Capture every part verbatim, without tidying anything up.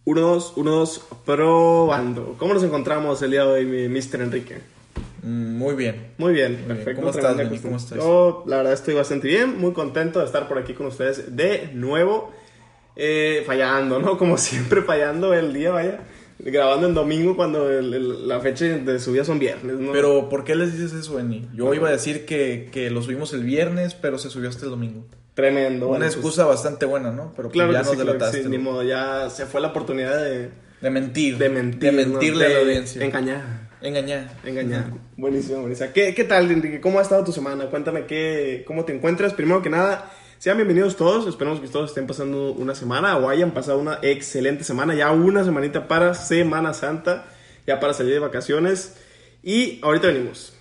Uno, dos, uno, dos, probando. ¿Cómo nos encontramos el día de hoy, mi mister Enrique? Mm, Muy bien. Muy bien, Muy perfecto. bien. ¿Cómo estás, Benny? ¿Cómo estás? Yo, la verdad, estoy bastante bien, muy contento de estar por aquí con ustedes de nuevo. Eh, fallando, ¿no? Como siempre, fallando el día, vaya. Grabando en domingo cuando el, el, la fecha de subida son viernes, ¿no? Pero, ¿por qué les dices eso, Benny? Yo no. iba a decir que, que lo subimos el viernes, pero se subió hasta el domingo. Tremendo. Una bueno, excusa pues, bastante buena, ¿no? Pero claro ya que nos sí, claro que delataste. sí, ni modo, ya se fue la oportunidad de... De mentir. De mentir. De mentirle ¿no? de a la audiencia. Engañar. Engañar. Engañar. Uh-huh. Buenísimo, buenísimo. ¿Qué, ¿Qué tal, Enrique? ¿Cómo ha estado tu semana? Cuéntame qué, cómo te encuentras. Primero que nada, sean bienvenidos todos. Esperamos que todos estén pasando una semana o hayan pasado una excelente semana. Ya una semanita para Semana Santa. Ya para salir de vacaciones. Y ahorita venimos.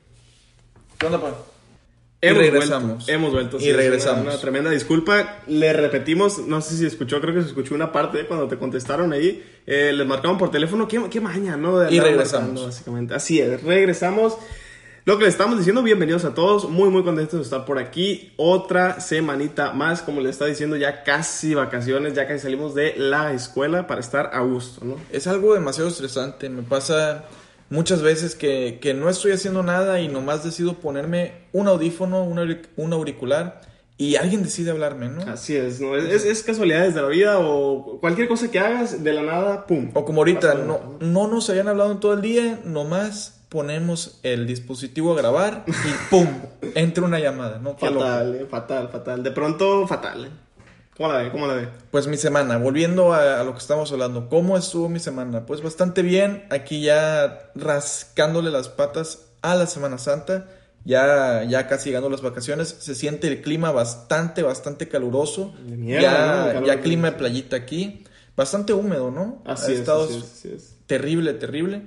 ¿Qué onda, pa? Hemos y regresamos. Vuelto, hemos vuelto. Sí, y regresamos. Una, una tremenda disculpa. Le repetimos, no sé si escuchó, creo que se escuchó una parte cuando te contestaron ahí. Eh, les marcaban por teléfono. Qué, qué maña, ¿no? De y regresamos. Marcando, básicamente. Así es, regresamos. Lo que les estamos diciendo, bienvenidos a todos. Muy, muy contentos de estar por aquí. Otra semanita más, como les está diciendo, ya casi vacaciones, ya casi salimos de la escuela para estar a gusto, ¿no? Es algo demasiado estresante. Me pasa muchas veces que, que no estoy haciendo nada y nomás decido ponerme un audífono, un, auric- un auricular y alguien decide hablarme, ¿no? Así es, ¿no? Es, es, es casualidades de la vida o cualquier cosa que hagas, de la nada, pum. O como ahorita, Pasa, no, no nos habían hablado en todo el día, nomás ponemos el dispositivo a grabar y ¡pum! Entra una llamada, ¿no? Qué Fatal, loco. eh, fatal, fatal. De pronto, fatal. eh. ¿Cómo la ve? ¿Cómo la ve? Pues mi semana, volviendo a, a lo que estamos hablando, ¿cómo estuvo mi semana? Pues bastante bien, aquí ya rascándole las patas a la Semana Santa, ya, ya casi llegando las vacaciones, se siente el clima bastante, bastante caluroso, De mierda, ya, ¿no? ya clima de playita aquí, bastante húmedo, ¿no? Así ha es, estado así es, así es. terrible, terrible,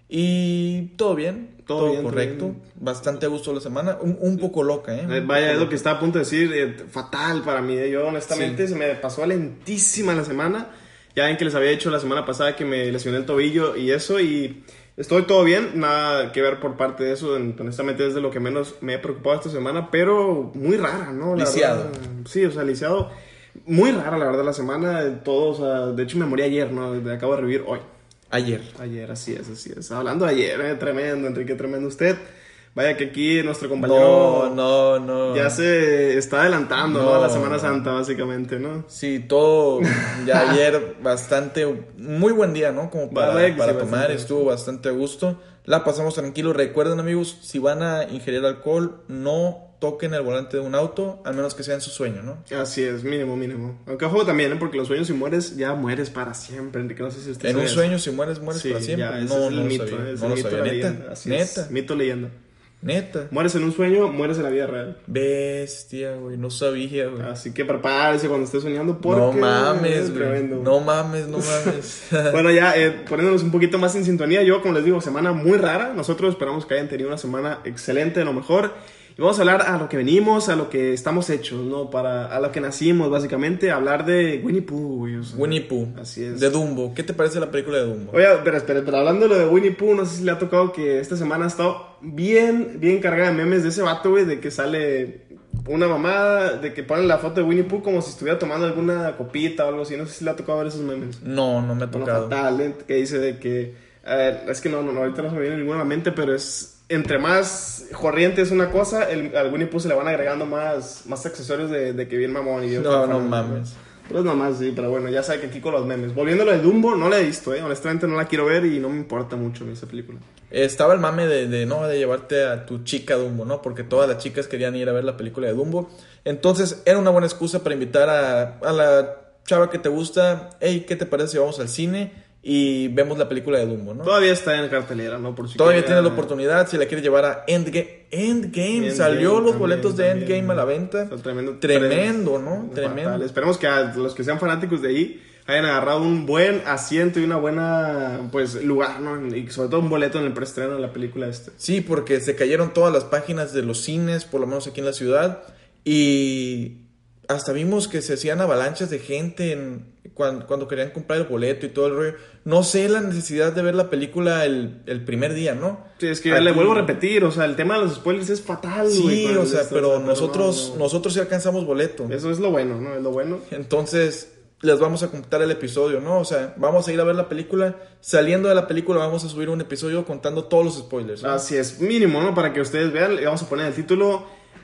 y todo bien, Todo todo, bien, todo correcto, bien. bastante a gusto la semana, un, un poco loca, ¿eh? Eh, Un Vaya, poco es lo loca. que estaba a punto de decir, eh, fatal para mí. eh. Yo honestamente Sí. se me pasó lentísima la semana. Ya ven que les había dicho la semana pasada que me lesioné el tobillo y eso, y estoy todo bien, nada que ver por parte de eso. Honestamente es de lo que menos me he preocupado esta semana, pero muy rara, ¿no? La Lisiado. verdad, sí, o sea, lisiado. Muy rara, la verdad, la semana. Todo, o sea, de hecho me morí ayer, ¿no? Acabo de revivir hoy. Ayer. Ayer, así es, así es. Hablando de ayer, eh, tremendo, Enrique, tremendo usted. Vaya que aquí nuestro compañero No, no, no. ya se está adelantando, ¿no? No, A la Semana no. Santa, básicamente, ¿no? Sí, todo ya ayer bastante, muy buen día, ¿no? Como para, Vaya que para sí, tomar, bastante. estuvo bastante a gusto. La pasamos tranquilo. Recuerden, amigos, si van a ingerir alcohol, no toquen el volante de un auto, al menos que sea en su sueño, ¿no? Así es, mínimo, mínimo. Aunque ojo también, ¿eh? Porque los sueños si mueres, ya mueres para siempre, Enrique. No sé si usted En un sabe sueño, si mueres, mueres eso. para Sí, siempre. ya, ese no, es el no mito, lo sabía. es No el lo mito de sabía. la Neta, leyenda. Así neta, es, mito leyenda. neta. Mueres en un sueño, mueres en la vida real. Bestia, güey, no sabía, güey. Así que prepárese cuando esté soñando porque... No mames, es güey. tremendo. No mames, no mames. Bueno, ya eh, poniéndonos un poquito más en sintonía, yo como les digo, semana muy rara. Nosotros esperamos que hayan tenido una semana excelente, de lo mejor. Y vamos a hablar a lo que venimos, a lo que estamos hechos, ¿no? Para, a lo que nacimos, básicamente, hablar de Winnie Pooh, güey. O sea, Winnie Pooh. Así es. De Dumbo. ¿Qué te parece la película de Dumbo? Oye, espera, espera, pero hablando de lo de Winnie Pooh, no sé si le ha tocado que esta semana ha estado bien, bien cargada de memes de ese vato, güey, de que sale una mamada, de que ponen la foto de Winnie Pooh como si estuviera tomando alguna copita o algo así. No sé si le ha tocado ver esos memes. No, no me ha Bueno, tocado. fatal, ¿eh? Que dice de que... A ver, es que no, no, no, ahorita no se me viene ninguna a la mente, pero es... Entre más corriente es una cosa, el, al Winnie Pooh se le van agregando más, más accesorios de, de que bien mamón y bien No, no fan, mames. Pues nomás, sí, pero bueno, ya sabe que aquí con los memes. Volviendo a lo de Dumbo, no la he visto, eh. Honestamente no la quiero ver y no me importa mucho esa película. Estaba el mame de, de, no, de llevarte a tu chica Dumbo, ¿no? Porque todas las chicas querían ir a ver la película de Dumbo. Entonces era una buena excusa para invitar a, a la chava que te gusta. Hey, ¿qué te parece si vamos al cine y vemos la película de Dumbo, ¿no? Todavía está en cartelera, ¿no? Por si Todavía quiere- tienes la oportunidad si la quieres llevar a Endgame. Endgame, Endgame salió los también, boletos de también. Endgame a la venta. Está tremendo. Tremendo, ¿no? Fatal. Tremendo. Esperemos que a los que sean fanáticos de ahí hayan agarrado un buen asiento y una buena, pues, lugar, ¿no? Y sobre todo un boleto en el preestreno de la película esta. Sí, porque se cayeron todas las páginas de los cines, por lo menos aquí en la ciudad, y hasta vimos que se hacían avalanchas de gente en, cuando, cuando querían comprar el boleto y todo el rollo. No sé la necesidad de ver la película el, el primer día, ¿no? Sí, es que Aquí- le vuelvo a repetir, o sea, el tema de los spoilers es fatal, güey. Sí, con o sea, esto, pero o sea, nosotros, no, no. nosotros sí alcanzamos boleto. Eso es lo bueno, ¿no? Es lo bueno. Entonces, les vamos a contar el episodio, ¿no? O sea, vamos a ir a ver la película, saliendo de la película vamos a subir un episodio contando todos los spoilers, ¿no? Así es, mínimo, ¿no? Para que ustedes vean, le vamos a poner el título,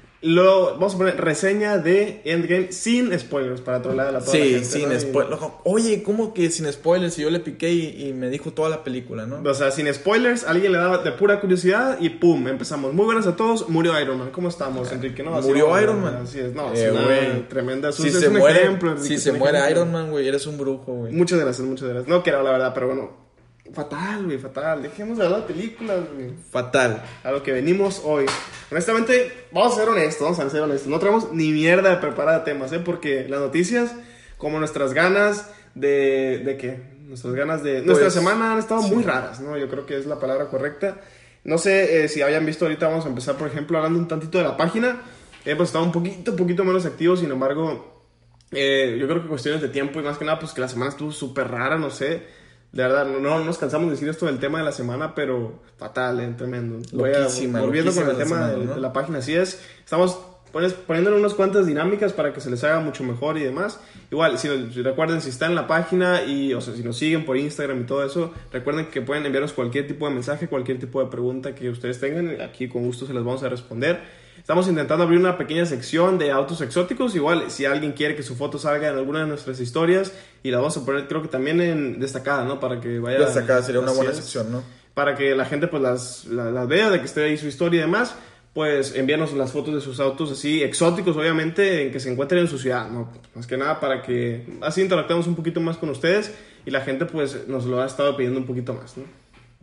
lo, vamos a poner reseña de Endgame sin spoilers, para trolear a la toda Sí, la gente, sin ¿no? spoilers. Oye, ¿cómo que sin spoilers? Y yo le piqué y, y me dijo toda la película, ¿no? O sea, sin spoilers, alguien le daba de pura curiosidad y pum, empezamos. Muy buenas a todos, murió Iron Man. ¿Cómo estamos, Enrique? ¿No? Así ¿Murió vamos, Iron Man? Así es, no, Eh, es una güey. tremenda. Si es se un muere, ejemplo, Enrique, si es se un muere ejemplo. Iron Man, güey, eres un brujo, güey. Muchas gracias, muchas gracias. No quiero la verdad, pero bueno, fatal, güey, fatal. Dejemos de hablar de películas, güey. Fatal. A lo que venimos hoy. Honestamente, vamos a ser honestos, vamos a ser honestos. No traemos ni mierda de preparada temas, ¿eh? Porque las noticias, como nuestras ganas de... ¿De qué? Nuestras ganas de... Pues, Nuestra semana han estado sí. muy raras, ¿no? Yo creo que es la palabra correcta. No sé eh, si hayan visto ahorita, vamos a empezar, por ejemplo, hablando un tantito de la página. Hemos estado un poquito, poquito menos activos, sin embargo, eh, yo creo que cuestiones de tiempo y más que nada, pues que la semana estuvo súper rara, no sé. De verdad, no, no nos cansamos de decir esto del tema de la semana, pero fatal, eh, tremendo. Voy a, Loquísima, volviendo con el loquísima la tema semana, de, ¿no? de la página, así es. Estamos pues, poniéndole unas cuantas dinámicas para que se les haga mucho mejor y demás. Igual, si, si recuerden, si están en la página y, o sea, si nos siguen por Instagram y todo eso, recuerden que pueden enviarnos cualquier tipo de mensaje, cualquier tipo de pregunta que ustedes tengan. Aquí con gusto se las vamos a responder. Estamos intentando abrir una pequeña sección de autos exóticos. Igual, si alguien quiere que su foto salga en alguna de nuestras historias, y la vamos a poner, creo que también en destacada, ¿no? Para que vaya... Destacada sería una así buena es. sección, ¿no? Para que la gente pues las, las, las vea, de que esté ahí su historia y demás. Pues envíanos las fotos de sus autos así exóticos, obviamente, en que se encuentren en su ciudad, ¿no? Más que nada para que así interactuemos un poquito más con ustedes y la gente pues nos lo ha estado pidiendo un poquito más, ¿no?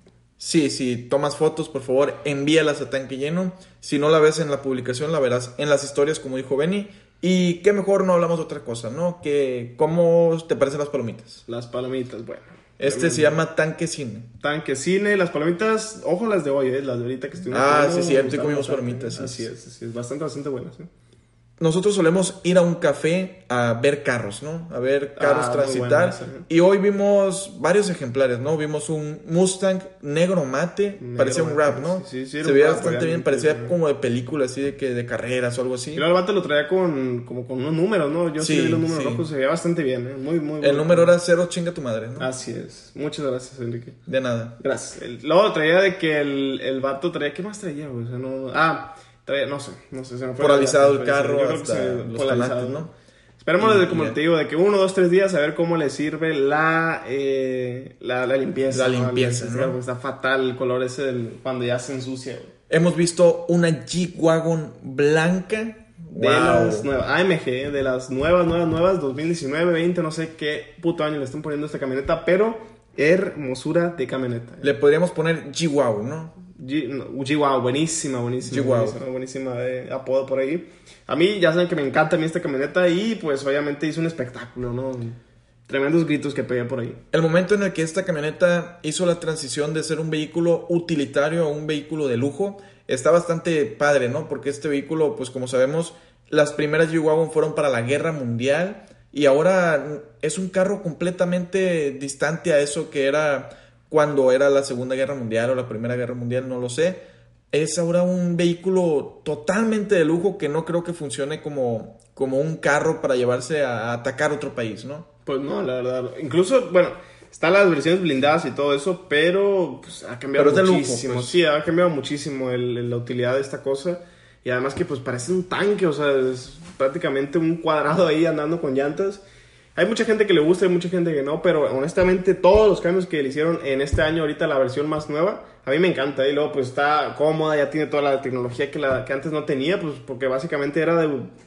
Sí, si tomas fotos, por favor, envíalas a Tanque Lleno. Si no la ves en la publicación, la verás en las historias, como dijo Benny. Y qué mejor no hablamos de otra cosa, ¿no? Que cómo te parecen las palomitas. Las palomitas, bueno. Este tremendo. se llama Tanque Cine. Tanque Cine, las palomitas, ojo las de hoy, ¿eh? Las de ahorita que estuvimos Ah, comiendo, sí, cierto, y están comimos bastante- palomitas, sí, Así sí. es, así es, bastante, bastante buenas, ¿eh? Nosotros solemos ir a un café a ver carros, ¿no? A ver carros Ah, muy transitar. buena esa, ¿eh? Y hoy vimos varios ejemplares, ¿no? Vimos un Mustang negro mate. Negro parecía un mate, rap, ¿no? sí, sí, sí, era Se un veía rap, bastante bien. realmente, Parecía sí. como de película, así de que de carreras o algo así. Y luego el vato lo traía con, como con unos números, ¿no? Yo sí, Sí, vi los números sí. rojos, se veía bastante bien, ¿eh? Muy, muy El bueno. número era cero, chinga tu madre, ¿no? Así es. Muchas gracias, Enrique. De nada. Gracias. El, luego traía de que el, el vato traía... ¿Qué más traía, güey? O sea, no... Ah, traía... No sé, no sé. Se me fue Polarizado la- el carro yo creo que hasta se- los polarizado, canales, ¿no? Esperemos, Y- desde, como y ya. te digo, de que uno, dos, tres días a ver cómo le sirve la, eh, la, la limpieza. La ¿no? limpieza, El- ¿no? porque Está fatal el color ese del- cuando ya se ensucia, güey. Hemos visto una G-Wagon blanca. De Wow. las nuevas, A M G, de las nuevas, nuevas, nuevas, dos mil diecinueve, veinte, no sé qué puto año le están poniendo a esta camioneta, pero hermosura de camioneta. Le podríamos poner G-Wow, ¿no? G, no, G-Wow, buenísima, buenísima. G-Wow. Buenísima, buenísima eh, apodo por ahí. A mí ya saben que me encanta a mí esta camioneta y pues obviamente hizo un espectáculo, ¿no? Tremendos gritos que pegué por ahí. El momento en el que esta camioneta hizo la transición de ser un vehículo utilitario a un vehículo de lujo, está bastante padre, ¿no? Porque este vehículo, pues como sabemos, las primeras G-Wagon fueron para la guerra mundial y ahora es un carro completamente distante a eso que era cuando era la Segunda Guerra Mundial o la Primera Guerra Mundial, no lo sé. Es ahora un vehículo totalmente de lujo que no creo que funcione como, como un carro para llevarse a atacar otro país, ¿no? Pues no, la verdad. Incluso, bueno, están las versiones blindadas y todo eso, pero pues, ha cambiado Pero es de lujo, muchísimo. pues. Sí, ha cambiado muchísimo el- el- la utilidad de esta cosa. Y además que pues parece un tanque, o sea, es prácticamente un cuadrado ahí andando con llantas. Hay mucha gente que le gusta y mucha gente que no, pero honestamente todos los cambios que le hicieron en este año, ahorita la versión más nueva, a mí me encanta. Y luego pues está cómoda, ya tiene toda la tecnología que, la, que antes no tenía, pues porque básicamente era de...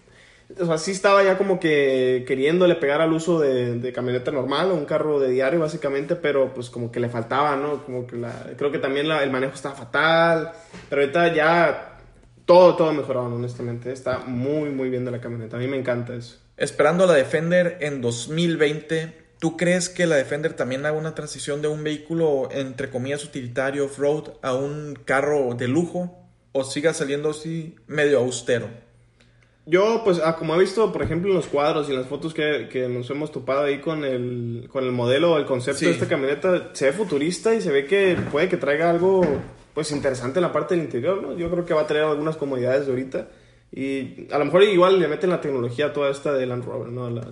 O sea, sí estaba ya como que queriéndole pegar al uso de, de camioneta normal o un carro de diario básicamente, pero pues como que le faltaba, ¿no? Como que la, creo que también la- el manejo estaba fatal, pero ahorita ya todo, todo mejorado, honestamente. Está muy, muy bien de la camioneta. A mí me encanta eso. Esperando la Defender en dos mil veinte, ¿tú crees que la Defender también haga una transición de un vehículo, entre comillas, utilitario, off-road, a un carro de lujo? ¿O siga saliendo así medio austero? Yo, pues, ah, como he visto, por ejemplo, en los cuadros y en las fotos que, que nos hemos topado ahí con el, con el modelo o el concepto Sí. de esta camioneta, se ve futurista y se ve que puede que traiga algo, pues, interesante en la parte del interior, ¿no? Yo creo que va a traer algunas comodidades de ahorita y a lo mejor igual le meten la tecnología a toda esta de Land Rover, ¿no? Las,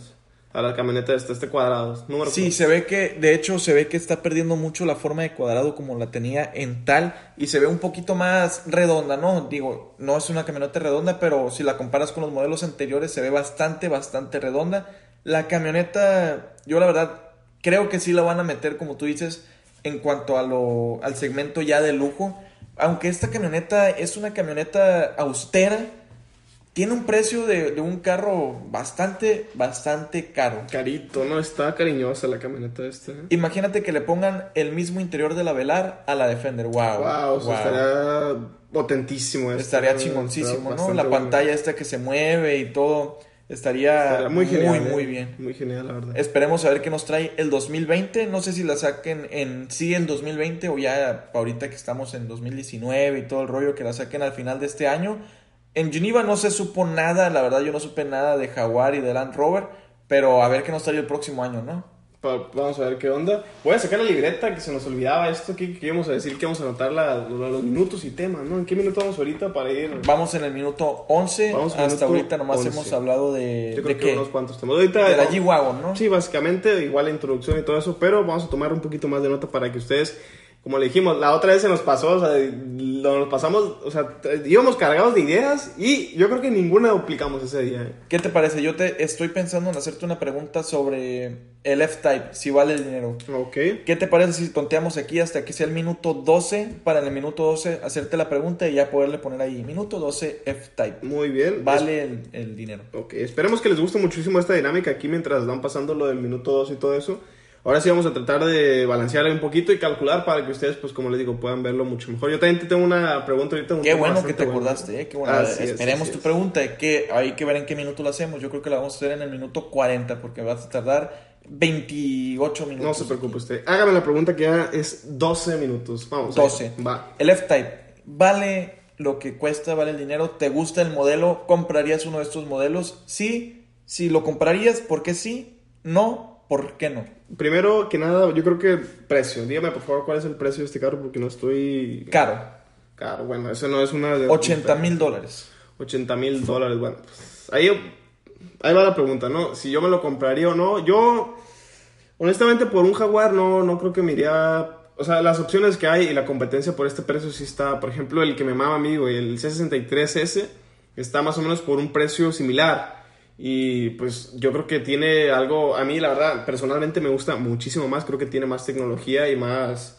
a la camioneta esta, este cuadrado. Número Sí, cuatro. se ve que, de hecho, se ve que está perdiendo mucho la forma de cuadrado como la tenía en tal y se ve un poquito más redonda, ¿no? Digo, no es una camioneta redonda, pero si la comparas con los modelos anteriores se ve bastante, bastante redonda. La camioneta, yo la verdad, creo que sí la van a meter, como tú dices, en cuanto a lo, al segmento ya de lujo. Aunque esta camioneta es una camioneta austera, tiene un precio de, de un carro bastante, bastante caro. Carito, ¿no? Está cariñosa la camioneta esta. ¿eh? Imagínate que le pongan el mismo interior de la Velar a la Defender. Wow. Wow, o sea, estaría potentísimo esto. Estaría ¿eh? chingoncísimo, Está ¿no? bastante La bueno. pantalla esta que se mueve y todo. Estaría, Estaría muy muy, genial. muy ¿eh? bien. Muy genial, la verdad. Esperemos a ver qué nos trae el dos mil veinte. No sé si la saquen en sí el dos mil veinte o ya ahorita que estamos en dos mil diecinueve y todo el rollo, que la saquen al final de este año. En Geneva no se supo nada, la verdad yo no supe nada de Jaguar y de Land Rover, pero a ver qué nos trae el próximo año, ¿no? Pa- Vamos a ver qué onda. Voy a sacar la libreta que se nos olvidaba esto. Que, que íbamos a decir que íbamos a anotar la- los minutos y temas, ¿no? ¿En qué minuto vamos ahorita para ir? Vamos en el minuto once, Vamos en hasta minuto ahorita nomás once. hemos hablado de... Yo creo ¿De que qué? unos cuantos temas. Ahorita, De la vamos- G-Wagon, ¿no? Sí, básicamente, igual la introducción y todo eso, pero vamos a tomar un poquito más de nota para que ustedes, como le dijimos, la otra vez se nos pasó, o sea, lo- nos pasamos, o sea, íbamos cargados de ideas y yo creo que ninguna duplicamos ese día. ¿eh? ¿Qué te parece? Yo te estoy pensando en hacerte una pregunta sobre el F-Type, si vale el dinero. Ok. ¿Qué te parece si tonteamos aquí hasta que sea el minuto doce, para en el minuto doce hacerte la pregunta y ya poderle poner ahí, minuto doce F-Type? Muy bien. Vale el, el dinero. Ok, esperemos que les guste muchísimo esta dinámica aquí mientras van pasando lo del minuto dos y todo eso. Ahora sí vamos a tratar de balancear un poquito y calcular para que ustedes, pues como les digo, puedan verlo mucho mejor. Yo también te tengo una pregunta ahorita. Un Qué tema bueno que bastante te buena. acordaste, ¿eh? Qué bueno. Así es, Esperemos así tu es. pregunta. Que hay que ver en qué minuto la hacemos. Yo creo que la vamos a hacer en el minuto cuarenta porque vas a tardar veintiocho minutos. No se preocupe usted. Hágame la pregunta que ya es doce minutos. Vamos. doce. ahí. Va. El F-Type, ¿vale lo que cuesta? ¿Vale el dinero? ¿Te gusta el modelo? ¿Comprarías uno de estos modelos? Sí. Si lo comprarías, ¿por qué sí? No, ¿por qué no? Primero que nada, yo creo que precio. Dígame, por favor, cuál es el precio de este carro porque no estoy... Caro. Caro, bueno, eso no es una... de- ochenta mil dólares. ochenta mil dólares, bueno, pues ahí, ahí va la pregunta, ¿no? Si yo me lo compraría o no. Yo, honestamente, por un Jaguar no, no creo que me iría... O sea, las opciones que hay y la competencia por este precio sí está. Por ejemplo, el que me mama, amigo, el C sesenta y tres ese, está más o menos por un precio similar. Y pues yo creo que tiene algo... A mí, la verdad, personalmente me gusta muchísimo más. Creo que tiene más tecnología y más...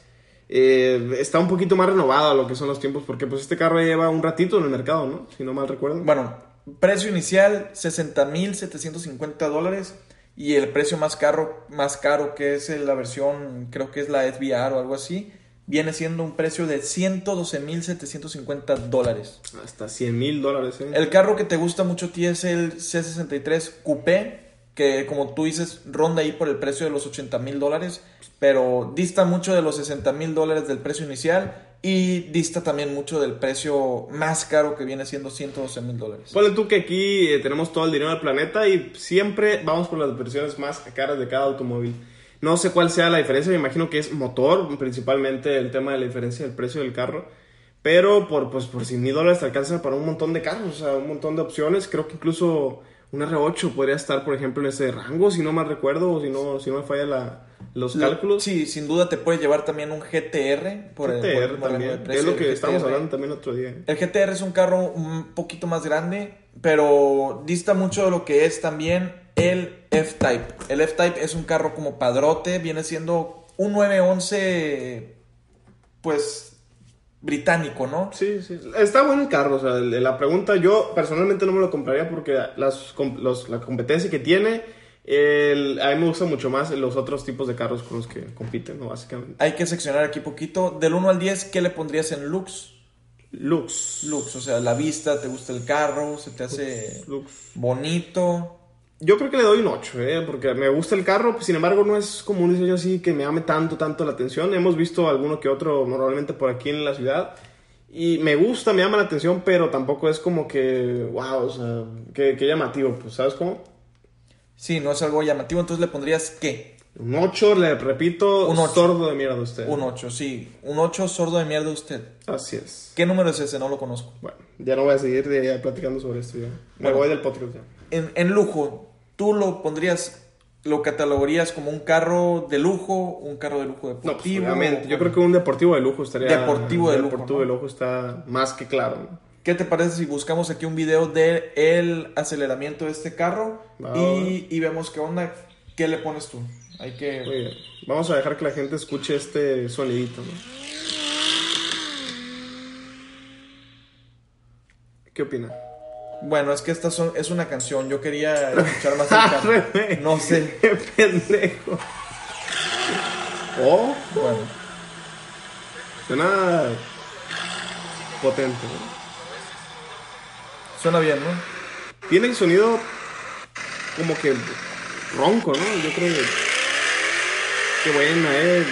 Eh, está un poquito más renovado a lo que son los tiempos, porque pues este carro lleva un ratito en el mercado, ¿no? Si no mal recuerdo. Bueno, precio inicial sesenta mil setecientos cincuenta dólares y el precio más caro, más caro que es la versión, creo que es la S V R o algo así, viene siendo un precio de ciento doce mil setecientos cincuenta dólares. Hasta cien mil dólares, ¿eh? El carro que te gusta mucho a ti es el C sesenta y tres Coupé, que como tú dices, ronda ahí por el precio de los ochenta mil dólares, pero dista mucho de los sesenta mil dólares del precio inicial y dista también mucho del precio más caro que viene siendo ciento doce mil dólares. Ponle tú que aquí eh, tenemos todo el dinero del planeta y siempre vamos por las versiones más caras de cada automóvil. No sé cuál sea la diferencia, me imagino que es motor, principalmente el tema de la diferencia del precio del carro. Pero por, pues, por cien mil dólares te alcanza para un montón de carros, o sea, un montón de opciones. Creo que incluso un R ocho podría estar, por ejemplo, en ese rango, si no mal recuerdo, o si no, si no me falla la, los cálculos. Sí, sin duda te puede llevar también un G T R por el, G T R por el rango de también, precio es lo del que G T R. estábamos hablando también otro día. El G T R es un carro un poquito más grande, pero dista mucho de lo que es también el F-Type. El F-Type es un carro como padrote, viene siendo un nueve once, pues, británico, ¿no? Sí, sí. Está bueno el carro, o sea, el- la pregunta yo personalmente no me lo compraría porque las, com- los- la competencia que tiene, el- a mí me gusta mucho más los otros tipos de carros con los que compiten, ¿no? Básicamente. Hay que seccionar aquí poquito. Del uno al diez, ¿qué le pondrías en looks? Lux. Looks, o sea, la vista, ¿te gusta el carro? ¿Se te hace Lux. bonito? Yo creo que le doy un ocho, ¿eh? Porque me gusta el carro, pues, sin embargo no es como un diseño así que me llame tanto, tanto la atención. Hemos visto alguno que otro normalmente por aquí en la ciudad y me gusta, me llama la atención, pero tampoco es como que, wow, o sea, que, que llamativo, pues, ¿sabes cómo? Sí, no es algo llamativo, entonces le pondrías ¿qué? Un ocho, le repito, Un ocho. sordo de mierda usted. Un ocho, sí. Un ocho sordo de mierda usted. Así es. ¿Qué número es ese? No lo conozco. Bueno, ya no voy a seguir de- platicando sobre esto ya. Me Bueno. voy del podcast ya. En, en lujo, ¿tú lo pondrías ¿lo catalogarías como un carro de lujo, un carro de lujo No, pues, deportivo? obviamente. Yo creo que un deportivo de lujo estaría... Deportivo de lujo, Deportivo ¿no? de lujo está más que claro, ¿no? ¿Qué te parece si buscamos aquí un video de el aceleramiento de este carro Va, y, y vemos qué onda? ¿Qué le pones tú? Hay que... Muy bien. Vamos a dejar que la gente escuche este sonidito, ¿no? ¿Qué opina? Bueno, es que esta son, es una canción. Yo quería escuchar más el carro. No sé. ¡Qué pendejo! Oh, Bueno, suena potente, ¿no? suena bien, ¿no? Tiene el sonido como que ronco, ¿no? Yo creo que... Qué buena, eh.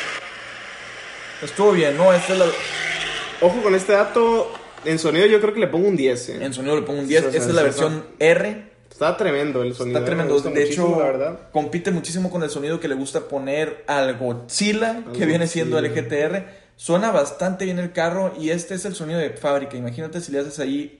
Estuvo bien, ¿no? Esta es la... Ojo con este dato. En sonido yo creo que le pongo un diez, ¿eh? En sonido le pongo un diez. Sí, o sea, Esta es la sí, versión R. Está tremendo el sonido. Está ¿eh? tremendo. Me gusta De muchísimo, hecho, la verdad. compite muchísimo con el sonido que le gusta poner al Godzilla, Al que viene siendo el Godzilla. G T R. Suena bastante bien el carro y este es el sonido de fábrica. Imagínate si le haces ahí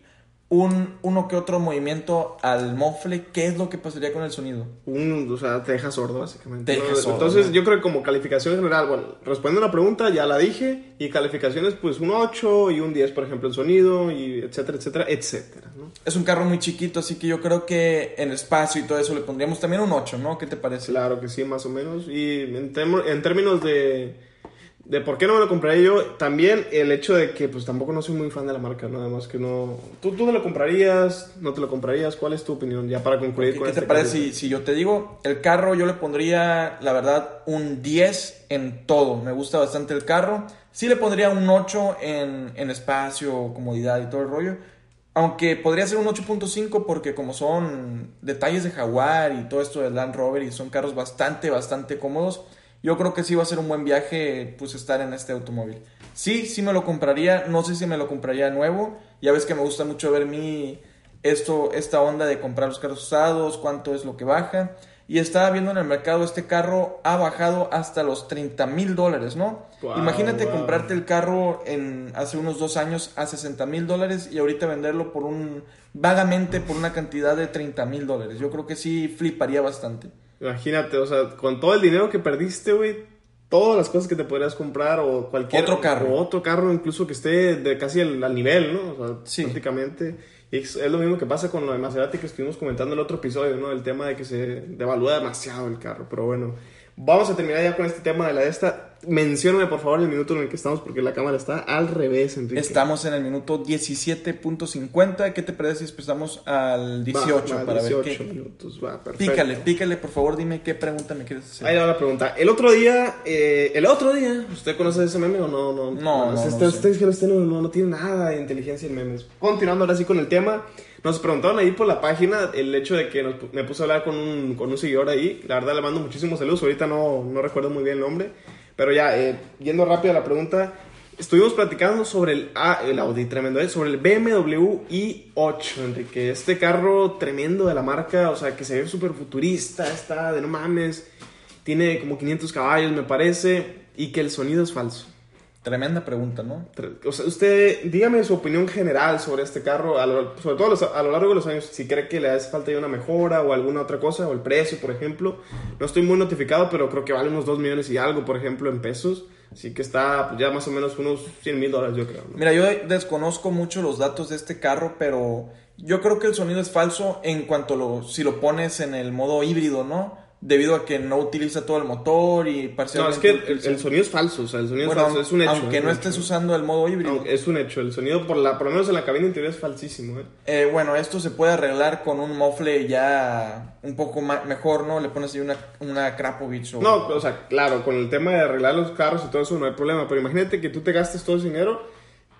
un uno que otro movimiento al mofle, ¿qué es lo que pasaría con el sonido? Un, o sea, te deja sordo, básicamente. Te deja ¿no? sordo, Entonces, ¿no? yo creo que como calificación general, bueno, respondiendo a la pregunta, ya la dije. Y calificaciones, pues un ocho y un diez, por ejemplo, el sonido, y etcétera, etcétera, etcétera, ¿no? Es un carro muy chiquito, así que yo creo que en espacio y todo eso le pondríamos también un ocho, ¿no? ¿Qué te parece? Claro que sí, más o menos. Y en, tem- en términos de, de por qué no me lo compraría yo, también el hecho de que pues tampoco no soy muy fan de la marca, nada más que no... ¿Tú, tú te lo comprarías? ¿No te lo comprarías? ¿Cuál es tu opinión? Ya para concluir ¿Qué, con qué te este parece caso. si, si yo te digo? El carro yo le pondría, la verdad, un diez en todo. Me gusta bastante el carro. Sí le pondría un ocho en, en espacio, comodidad y todo el rollo. Aunque podría ser un ocho punto cinco porque como son detalles de Jaguar y todo esto de Land Rover y son carros bastante, bastante cómodos, yo creo que sí va a ser un buen viaje pues estar en este automóvil. Sí, sí me lo compraría, no sé si me lo compraría nuevo. Ya ves que me gusta mucho ver mi esto, esta onda de comprar los carros usados, cuánto es lo que baja. Y estaba viendo en el mercado, este carro ha bajado hasta los treinta mil dólares, ¿no? Wow, Imagínate wow. comprarte el carro en hace unos dos años a sesenta mil dólares y ahorita venderlo por un, vagamente por una cantidad de treinta mil dólares. Yo creo que sí fliparía bastante. Imagínate, o sea, con todo el dinero que perdiste, güey, todas las cosas que te podrías comprar o cualquier... Otro carro. O otro carro incluso que esté de casi al, al nivel, ¿no? O sea, Sí. prácticamente... Y es, es lo mismo que pasa con lo de Maserati que estuvimos comentando en el otro episodio, ¿no? El tema de que se devalúa demasiado el carro, pero bueno... Vamos a terminar ya con este tema de la de esta. Mencióname por favor el minuto en el que estamos porque la cámara está al revés, Enrique. Estamos en el minuto diecisiete punto cincuenta. ¿Qué te parece si empezamos al dieciocho Va, va, para dieciocho ver qué? minutos, va, perfecto. Pícale, pícale, por favor, dime qué pregunta me quieres hacer. Ahí va la pregunta. El otro día, eh, el otro día, ¿usted conoce ese meme o no? No, No, no, este, no este, sé. este, este no, no, no tiene nada de inteligencia en memes. Continuando ahora sí con el tema, nos preguntaron ahí por la página el hecho de que nos, me puse a hablar con un, con un seguidor ahí. La verdad le mando muchísimos saludos, ahorita no, no recuerdo muy bien el nombre. Pero ya, eh, yendo rápido a la pregunta, estuvimos platicando sobre el, ah, el Audi, tremendo, ¿eh? Sobre el B M W i ocho, Enrique. Este carro tremendo de la marca, o sea, que se ve súper futurista, está de no mames. Tiene como quinientos caballos, me parece, y que el sonido es falso. Tremenda pregunta, ¿no? O sea, usted, dígame su opinión general sobre este carro, a lo, sobre todo a, los, a lo largo de los años, si cree que le hace falta ya una mejora o alguna otra cosa, o el precio, por ejemplo. No estoy muy notificado, pero creo que vale unos dos millones y algo, por ejemplo, en pesos. Así que está pues, ya más o menos unos cien mil dólares, yo creo, ¿no? Mira, yo desconozco mucho los datos de este carro, pero yo creo que el sonido es falso en cuanto lo, si lo pones en el modo híbrido, ¿no? Debido a que no utiliza todo el motor y No, parcialmente... es que el, utiliza- el sonido es falso, o sea, el sonido Bueno, es falso, es un hecho. aunque es no un estés hecho. usando el modo híbrido. Aunque es un hecho, el sonido, por, la, por lo menos en la cabina interior, es falsísimo, ¿eh? Eh, bueno, esto se puede arreglar con un mofle ya un poco ma- mejor, ¿no? Le pones ahí una, una Krapovich o... No, o sea, claro, con el tema de arreglar los carros y todo eso no hay problema, pero imagínate que tú te gastes todo ese dinero.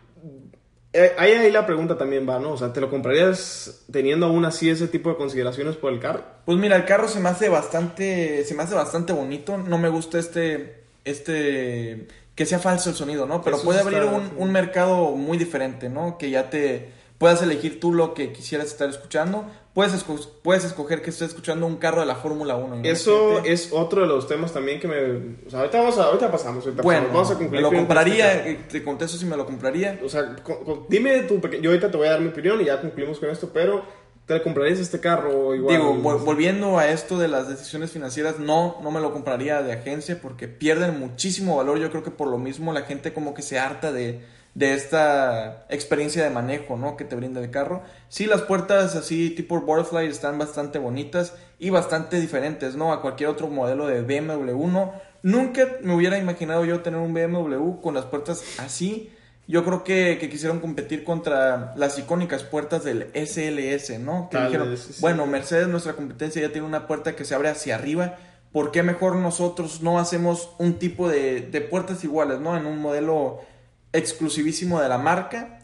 Eh, ahí, ahí la pregunta también va, ¿no? O sea, ¿te lo comprarías teniendo aún así ese tipo de consideraciones por el carro? Pues mira, el carro se me hace bastante, se me hace bastante bonito. No me gusta este, este, que sea falso el sonido, ¿no? Pero Eso puede sí abrir está- un, un mercado muy diferente, ¿no? Que ya te puedas elegir tú lo que quisieras estar escuchando. Puedes, esco- puedes escoger que estés escuchando un carro de la Fórmula uno. Eso imagínate. es otro de los temas también que me... O sea, ahorita, vamos a, ahorita pasamos, ahorita Bueno, pasamos. Vamos a concluir me lo con este compraría, carro. eh, te contesto si me lo compraría. O sea, con- con- dime tu peque- yo ahorita te voy a dar mi opinión y ya concluimos con esto, pero ¿Te comprarías este carro igual? Digo, vol- volviendo a esto de las decisiones financieras, no, no me lo compraría de agencia porque pierden muchísimo valor. Yo creo que por lo mismo la gente como que se harta de, de esta experiencia de manejo, ¿no? Que te brinda el carro. Sí, las puertas así tipo Butterfly están bastante bonitas y bastante diferentes, ¿no? A cualquier otro modelo de B M W, ¿no? Nunca me hubiera imaginado yo tener un B M W con las puertas así. Yo creo que, que quisieron competir contra las icónicas puertas del S L S, ¿no? Que Tal dijeron, vez, sí. bueno, Mercedes, nuestra competencia, ya tiene una puerta que se abre hacia arriba. ¿Por qué mejor nosotros no hacemos un tipo de, de puertas iguales, ¿no? En un modelo exclusivísimo de la marca.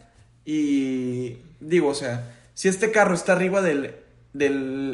Y digo, o sea, si este carro está arriba del, del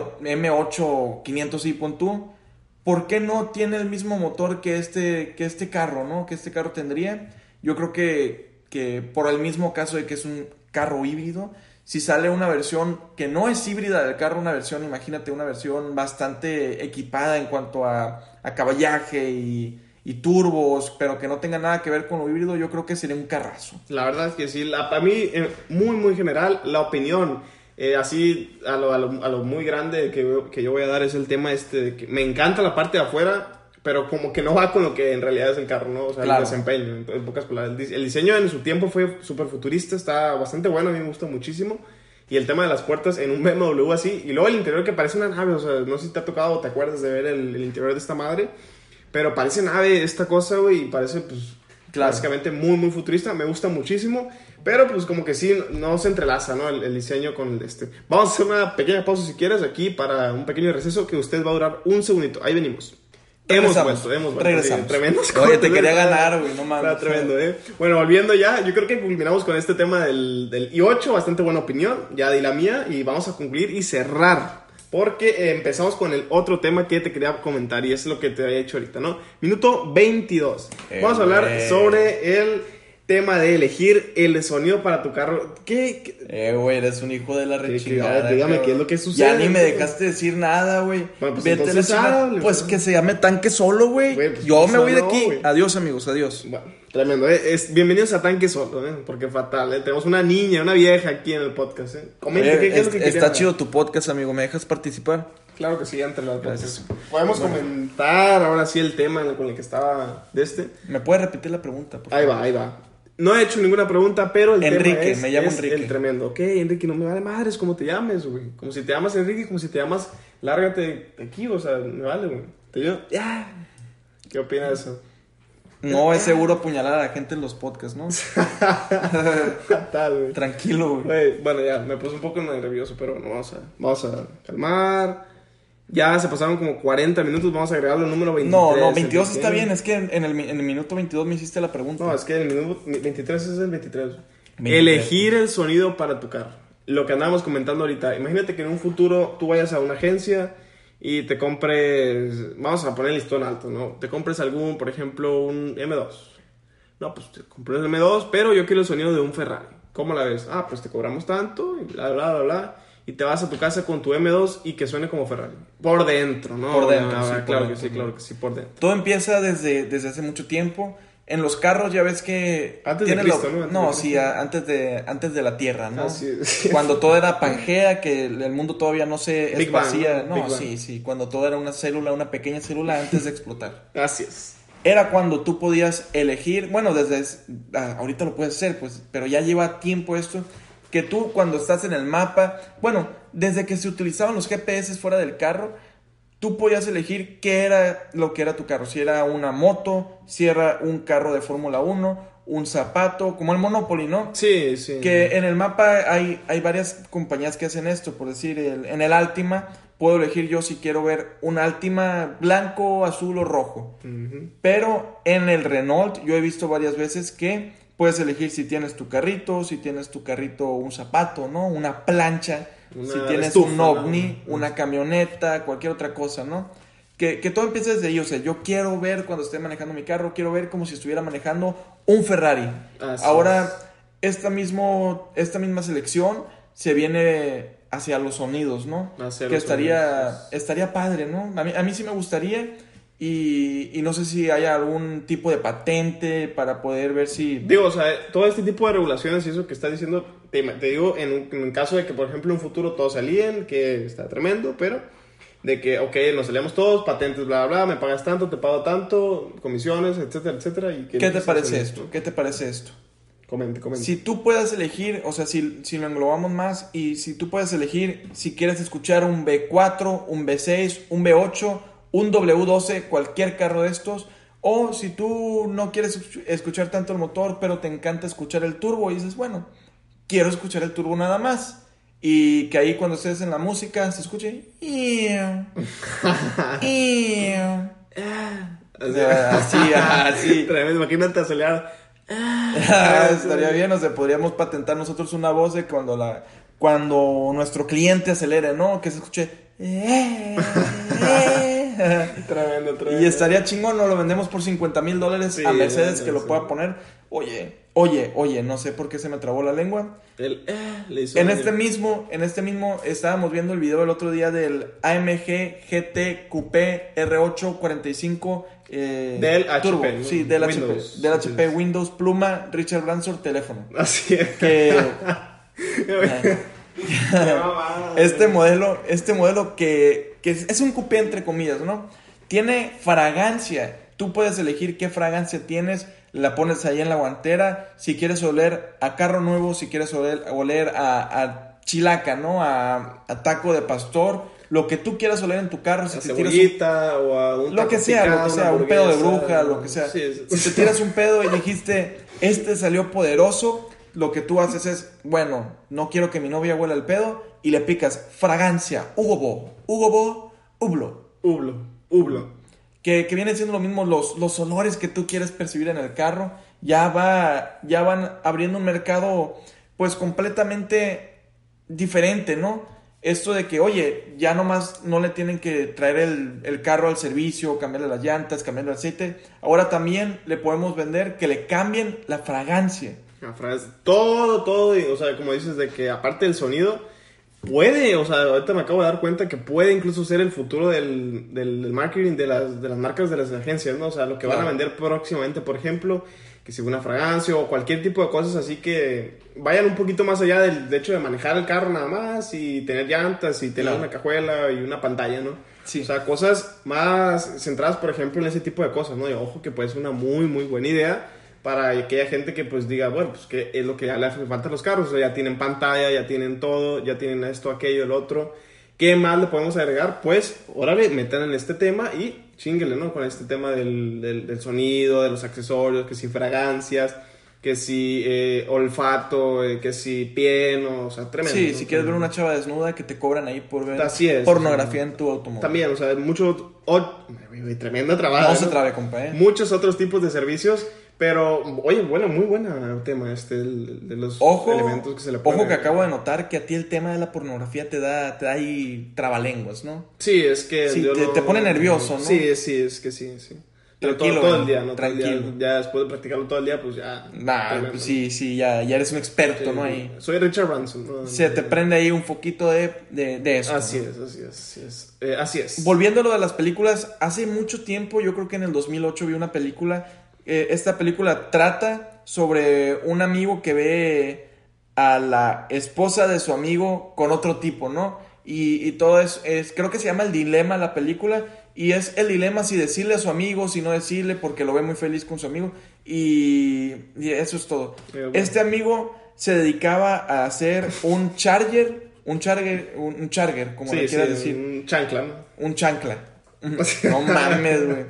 M ocho quinientos i, pon tú, ¿por qué no tiene el mismo motor que este, que este carro, ¿no? Que este carro tendría. Yo creo que, que por el mismo caso de que es un carro híbrido, si sale una versión que no es híbrida del carro, una versión, imagínate, una versión bastante equipada en cuanto a, a caballaje y, y turbos, pero que no tenga nada que ver con lo híbrido, yo creo que sería un carrazo. La verdad es que sí, la, para mí, eh, muy, muy general, la opinión, eh, así a lo, a, lo, a lo muy grande que, que yo voy a dar es el tema este de que me encanta la parte de afuera, pero como que no va con lo que en realidad es el carro, ¿no? O sea, Claro. el desempeño, en, en pocas palabras. El, el diseño en su tiempo fue súper futurista, está bastante bueno, a mí me gusta muchísimo. Y el tema de las puertas en un B M W así, y luego el interior que parece una nave, o sea, no sé si te ha tocado o te acuerdas de ver el, el interior de esta madre, pero parece nave esta cosa, güey, y parece, pues, Claro. básicamente muy, muy futurista, me gusta muchísimo, pero pues como que sí, no se entrelaza, ¿no? El, el diseño con el de este. Vamos a hacer una pequeña pausa si quieres aquí para un pequeño receso que usted va a durar un segundito, ahí venimos. Hemos Regresamos. vuelto, hemos vuelto. Regresamos. Sí, tremendos Oye, te cortes, quería está- ganar, güey, no mames. Está tremendo, ¿eh? Bueno, volviendo ya, yo creo que culminamos con este tema del, del i ocho, bastante buena opinión, ya di la mía, y vamos a concluir y cerrar, porque eh, empezamos con el otro tema que te quería comentar, y es lo que te había dicho ahorita, ¿no? Minuto veintidós. Eh, Vamos a hablar güey. sobre el tema de elegir el sonido para tu carro. ¿Qué? qué? Eh, güey, eres un hijo de la ¿Qué- qué? rechingada. A ver, dígame, cabrón. ¿qué es lo que sucede? Ya ni me dejaste decir nada, güey. Bueno, pues Vete a la entonces chingada. hable, Pues pues. que se llame tanque solo, güey. Güey, pues, Yo pues, me voy de no, aquí. güey. Adiós, amigos, adiós. Bueno, tremendo, ¿eh? Es, bienvenidos a Tanque Solo, ¿eh? Porque fatal, ¿eh? Tenemos una niña, una vieja aquí en el podcast, ¿eh? Comente, Oye, ¿qué, qué es lo es- que está querían chido tu podcast, amigo. ¿Me dejas participar? Claro que sí, entre las Gracias. voces. Podemos comentar ahora sí el tema con el que estaba de este. ¿Me puedes repetir la pregunta, por Ahí favor? va, ahí va. No he hecho ninguna pregunta, pero el Enrique, tema es, me llamo es Enrique. el tremendo. Ok, Enrique, no me vale madres cómo te llames, güey. Como si te llamas Enrique, como si te llamas, lárgate de aquí, o sea, me vale, güey. ¿Te digo? Ya. ¿Qué opinas de eso? No es seguro apuñalar a la gente en los podcasts, ¿no? Fatal, güey. Tranquilo, güey. Güey, bueno, ya, me puse un poco nervioso, pero bueno, vamos a, vamos a calmar. Ya se pasaron como cuarenta minutos, vamos a agregarle el número veintitrés. No, no, veintidós Enrique. está bien. Es que en en el, mi- en el minuto veintidós me hiciste la pregunta. No, es que el minuto veintitrés es el veintitrés. veintitrés. Elegir el sonido para tu carro. Lo que andábamos comentando ahorita. Imagínate que en un futuro tú vayas a una agencia y te compres, vamos a poner el listón alto, ¿no? Te compres algún, por ejemplo, un eme dos. No, pues te compré el eme dos, pero yo quiero el sonido de un Ferrari. ¿Cómo la ves? Ah, pues te cobramos tanto y bla, bla, bla, bla. Y te vas a tu casa con tu eme dos y que suene como Ferrari. Por dentro, ¿no? Por dentro, Ah, sí, por claro dentro. que sí, claro que sí, por dentro. Todo empieza desde, desde hace mucho tiempo. En los carros ya ves que... Antes de tienen la- Cristo, ¿no? Antes No, de sí, Cristo. a- antes de, antes de la Tierra, ¿no? Así es. Cuando todo era Pangea, que el el mundo todavía no se Big Bang, esparcía. ¿no? No, Big Bang. sí, sí. Cuando todo era una célula, una pequeña célula antes de explotar. Así es. Era cuando tú podías elegir, bueno, desde ah, ahorita lo puedes hacer, pues, pero ya lleva tiempo esto, que tú cuando estás en el mapa, bueno, desde que se utilizaban los Ge Pe Eses fuera del carro, tú podías elegir qué era lo que era tu carro, si era una moto, si era un carro de Fórmula uno, un zapato, como el Monopoly, ¿no? Sí, sí. Que en el mapa hay, hay varias compañías que hacen esto, por decir, el- en el Altima puedo elegir yo si quiero ver un Altima blanco, azul o rojo. Ujú. Pero en el Renault yo he visto varias veces que puedes elegir si tienes tu carrito, si tienes tu carrito un zapato, ¿no? Una plancha, Una si tienes estufa, un ¿no? ovni, una camioneta, cualquier otra cosa, ¿no? Que, que todo empieza desde ahí, o sea, yo quiero ver cuando esté manejando mi carro, quiero ver como si estuviera manejando un Ferrari. Así Ahora, esta, mismo, esta misma selección se viene hacia los sonidos, ¿no? Hacia que los estaría, sonidos. estaría padre, ¿no? A mí, a mí sí me gustaría. Y, y no sé si hay algún tipo de patente para poder ver si... Digo, o sea, todo este tipo de regulaciones y eso que estás diciendo, te, te digo, en, un, en caso de que, por ejemplo, en un futuro todos salían, que está tremendo, pero de que, ok, nos salíamos todos, patentes, bla, bla, bla, me pagas tanto, te pago tanto, comisiones, etcétera, etcétera. Y que ¿Qué te parece esto? ¿Qué te parece esto? Comente, comente. Si tú puedes elegir, o sea, si, si lo englobamos más, y si tú puedes elegir si quieres escuchar un B cuatro, un B seis, un B ocho, un W doce, cualquier carro de estos, o si tú no quieres escuchar tanto el motor, pero te encanta escuchar el turbo y dices, bueno, quiero escuchar el turbo nada más. Y que ahí cuando estés en la música se escuche... así, así. Tremendo, imagínate acelerar. Estaría bien, o sea, podríamos patentar nosotros una voz de cuando la cuando nuestro cliente acelere, ¿no? Que se escuche. Tremendo, tremendo. Y estaría chingón, ¿no? Lo vendemos por cincuenta mil dólares Sí, a Mercedes sí, que lo sí. pueda poner. Oye, oye, oye, no sé por qué se me trabó la lengua. El, eh, le hizo En el- este mismo, en este mismo, estábamos viendo el video el otro día del A M G G T Coupé R ocho cuarenta y cinco eh, Del H P, Turbo, ¿no? sí, del H P, Windows. del H P, Sí. Windows, pluma, Richard Branson, teléfono. Así es. Que Qué mamada, este güey. modelo, este modelo que, que es, es un coupé entre comillas, ¿no? Tiene fragancia. Tú puedes elegir qué fragancia tienes, la pones ahí en la guantera. Si quieres oler a carro nuevo, si quieres oler, oler a, a chilaca, ¿no? A, a taco de pastor, lo que tú quieras oler en tu carro. Si A te tiras un- cebollita o a un lo taco que sea, picado, lo que una sea, un pedo de hamburguesa. bruja, lo que sea. Sí, es- Si te tiras un pedo y dijiste, este salió poderoso, lo que tú haces es, bueno, no quiero que mi novia huela el pedo, y le picas fragancia, Hugo Bo, Hugo Bo, Hublot. Hublo, hublo. Que, que vienen siendo lo mismo los, los olores que tú quieres percibir en el carro. Ya va, ya van abriendo un mercado, pues, completamente diferente, ¿no? Esto de que, oye, ya nomás no le tienen que traer el, el carro al servicio, cambiarle las llantas, cambiarle el aceite. Ahora también le podemos vender que le cambien la fragancia. La frase, todo, todo, y, o sea, como dices, de que aparte del sonido, puede, o sea, ahorita me acabo de dar cuenta que puede incluso ser el futuro del, del, del marketing de las, de las marcas de las agencias, ¿no? O sea, lo que van a Claro. vender próximamente, por ejemplo, que si una fragancia o cualquier tipo de cosas así que vayan un poquito más allá del de hecho de manejar el carro nada más y tener llantas y tener Claro. una cajuela y una pantalla, ¿no? Sí. O sea, cosas más centradas, por ejemplo, en ese tipo de cosas, ¿no? Y ojo que puede ser una muy, muy buena idea para aquella gente que pues diga, bueno, pues que es lo que ya le hace falta a los carros, o sea, ya tienen pantalla, ya tienen todo, ya tienen esto, aquello, el otro. ¿Qué más le podemos agregar? Pues, órale, metan en este tema y chinguele, ¿no? Con este tema del, del, del sonido, de los accesorios, que si fragancias, que si eh, olfato, eh, que si piel, o sea, tremendo. Sí, ¿no? si quieres ver una chava desnuda que te cobran ahí por ver Así es. pornografía en tu automóvil. También, o sea, mucho, oh, tremenda trabada. No se trabe, compa, ¿eh? Muchos otros tipos de servicios, pero, oye, bueno, muy buen tema este, el, de los Ojo, elementos que se le ponen. ojo que acabo de notar que a ti el tema de la pornografía te da, te da ahí trabalenguas, ¿no? Sí, es que... Sí, yo te- te pone nervioso, ¿no? Sí, sí, es que sí, sí. Pero Tranquilo, todo, todo el man, día, ¿no? Todo el día. tranquilo. Ya después de practicarlo todo el día, pues ya... Nah, tremendo. pues sí, sí, ya, ya eres un experto, Sí, ¿no? Ahí Soy Richard Branson, ¿no? se te prende ahí un foquito de, de, de eso. Así ¿no? es, así es, así es. Eh, así es. Volviendo a lo de las películas, hace mucho tiempo, yo creo que en el dos mil ocho vi una película. Eh, esta película trata sobre un amigo que ve a la esposa de su amigo con otro tipo, ¿no? Y, y todo es, es, creo que se llama El Dilema la película. Y es el dilema si decirle a su amigo, si no decirle, porque lo ve muy feliz con su amigo. Y, y eso es todo. Eh, bueno. Este amigo se dedicaba a hacer un charger, un charger, un, un charger, como Sí, le sí, quieras decir. un chancla, ¿no? Un chancla. No mames, güey.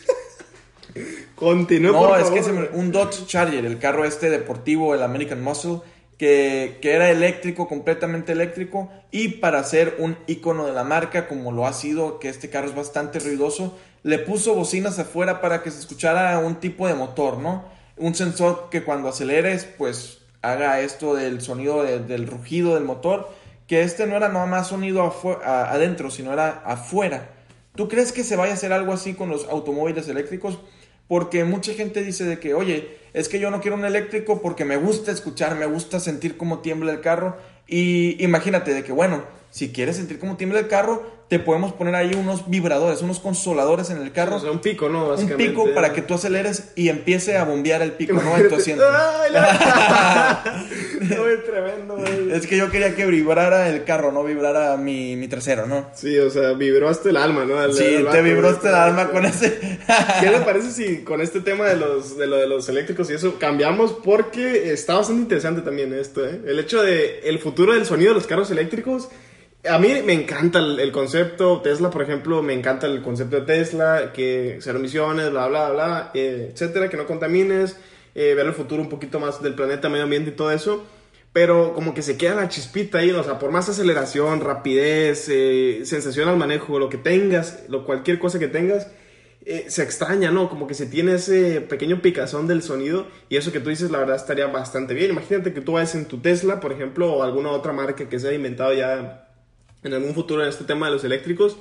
Continúe, No, por es favor. que se me- un Dodge Charger, el carro este deportivo, el American Muscle, que, que era eléctrico, completamente eléctrico, y para ser un icono de la marca, como lo ha sido, que este carro es bastante ruidoso, le puso bocinas afuera para que se escuchara un tipo de motor, ¿no? Un sensor que cuando aceleres, pues haga esto del sonido de- del rugido del motor, que este no era nada más sonido afu- a- adentro, sino era afuera. ¿Tú crees que se vaya a hacer algo así con los automóviles eléctricos? Porque mucha gente dice de que, oye, es que yo no quiero un eléctrico porque me gusta escuchar, me gusta sentir cómo tiembla el carro. Y imagínate de que, bueno, Si quieres sentir cómo tiembla el carro, te podemos poner ahí unos vibradores, unos consoladores en el carro. O sea, un pico, ¿no? Un Básicamente. pico para que tú aceleres y empiece a bombear el pico, ¿no? En tu asiento. ¡Ay, la... Muy tremendo, güey. Es que yo quería que vibrara el carro, no vibrara mi, mi trasero, ¿no? Sí, o sea, vibró hasta el alma, ¿no? Al, Sí, al te vato, vibró güey. hasta el alma con ese... ¿Qué le parece si con este tema de los, de lo de los eléctricos y eso cambiamos? Porque está bastante interesante también esto, ¿eh? El hecho de el futuro del sonido de los carros eléctricos. A mí me encanta el, el concepto Tesla, por ejemplo, me encanta el concepto de Tesla, que cero emisiones, bla, bla, bla, eh, etcétera, que no contamines, eh, ver el futuro un poquito más del planeta, medio ambiente y todo eso. Pero como que se queda la chispita ahí, o sea, por más aceleración, rapidez, eh, sensación al manejo, lo que tengas, lo, cualquier cosa que tengas, eh, se extraña, ¿no? Como que se tiene ese pequeño picazón del sonido y eso que tú dices, la verdad, estaría bastante bien. Imagínate que tú vayas en tu Tesla, por ejemplo, o alguna otra marca que se haya inventado ya en algún futuro en este tema de los eléctricos,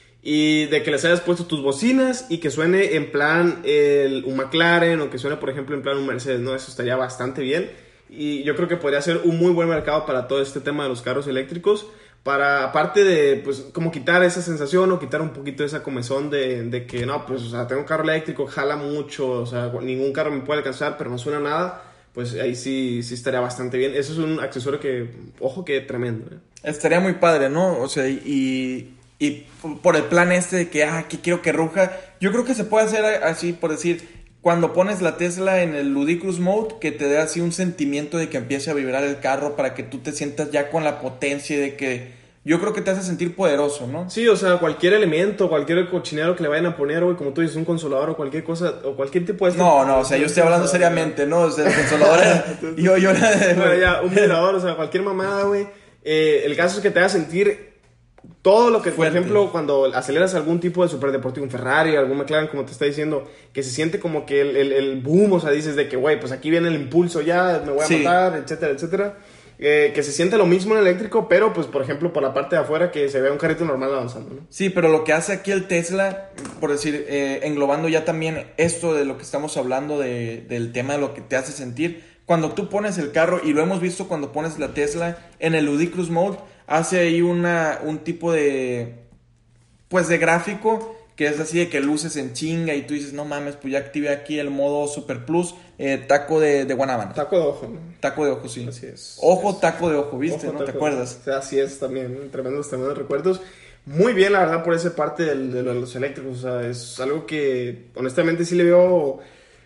y de que les hayas puesto tus bocinas y que suene en plan el, un McLaren, o que suene, por ejemplo, en plan un Mercedes, ¿no? Eso estaría bastante bien. Y yo creo que podría ser un muy buen mercado para todo este tema de los carros eléctricos, para, aparte de, pues, como quitar esa sensación o quitar un poquito esa comezón de, de que, no, pues, o sea, tengo un carro eléctrico, jala mucho, o sea, ningún carro me puede alcanzar, pero no suena nada. Pues ahí sí, sí estaría bastante bien. Eso es un accesorio que, ojo, que tremendo, ¿eh? Estaría muy padre, ¿no? O sea, y, y por el plan este de que, ah, que quiero que ruja. Yo creo que se puede hacer así, por decir, cuando pones la Tesla en el Ludicrous Mode, que te dé así un sentimiento de que empiece a vibrar el carro para que tú te sientas ya con la potencia de que... Yo creo que te hace sentir poderoso, ¿no? Sí, o sea, cualquier elemento, cualquier cochinero que le vayan a poner, güey, como tú dices, un consolador o cualquier cosa, o cualquier tipo de... Este... No, no, o sea, yo estoy hablando seriamente, ¿no? O sea, el consolador era... yo, yo... Bueno, ya, un vibrador, o sea, cualquier mamada, güey. Eh, el caso es que te haga sentir todo lo que, Fuerte. Por ejemplo, cuando aceleras algún tipo de superdeportivo, un Ferrari, algún McLaren, como te está diciendo, que se siente como que el, el, el boom, o sea, dices de que, güey, pues aquí viene el impulso ya, me voy a Sí. matar, etcétera, etcétera. Eh, que se siente lo mismo en eléctrico, pero pues por ejemplo por la parte de afuera que se vea un carrito normal avanzando, ¿no? Sí, pero lo que hace aquí el Tesla, por decir, eh, englobando ya también esto de lo que estamos hablando de, del tema de lo que te hace sentir, cuando tú pones el carro, y lo hemos visto cuando pones la Tesla en el Ludicrous Mode, hace ahí una, un tipo de, pues de gráfico, que es así de que luces en chinga y tú dices, no mames, pues ya activé aquí el modo Super Plus, eh, taco de, de guanábana. Taco de ojo, ¿no? Taco de ojo, sí. Así es. Ojo, taco de ojo, ¿viste? Ojo, ¿No te taco, acuerdas? O sea, así es también, ¿no? Tremendos, tremendos recuerdos. Muy bien, la verdad, por esa parte del, de los eléctricos. O sea, es algo que honestamente sí le veo.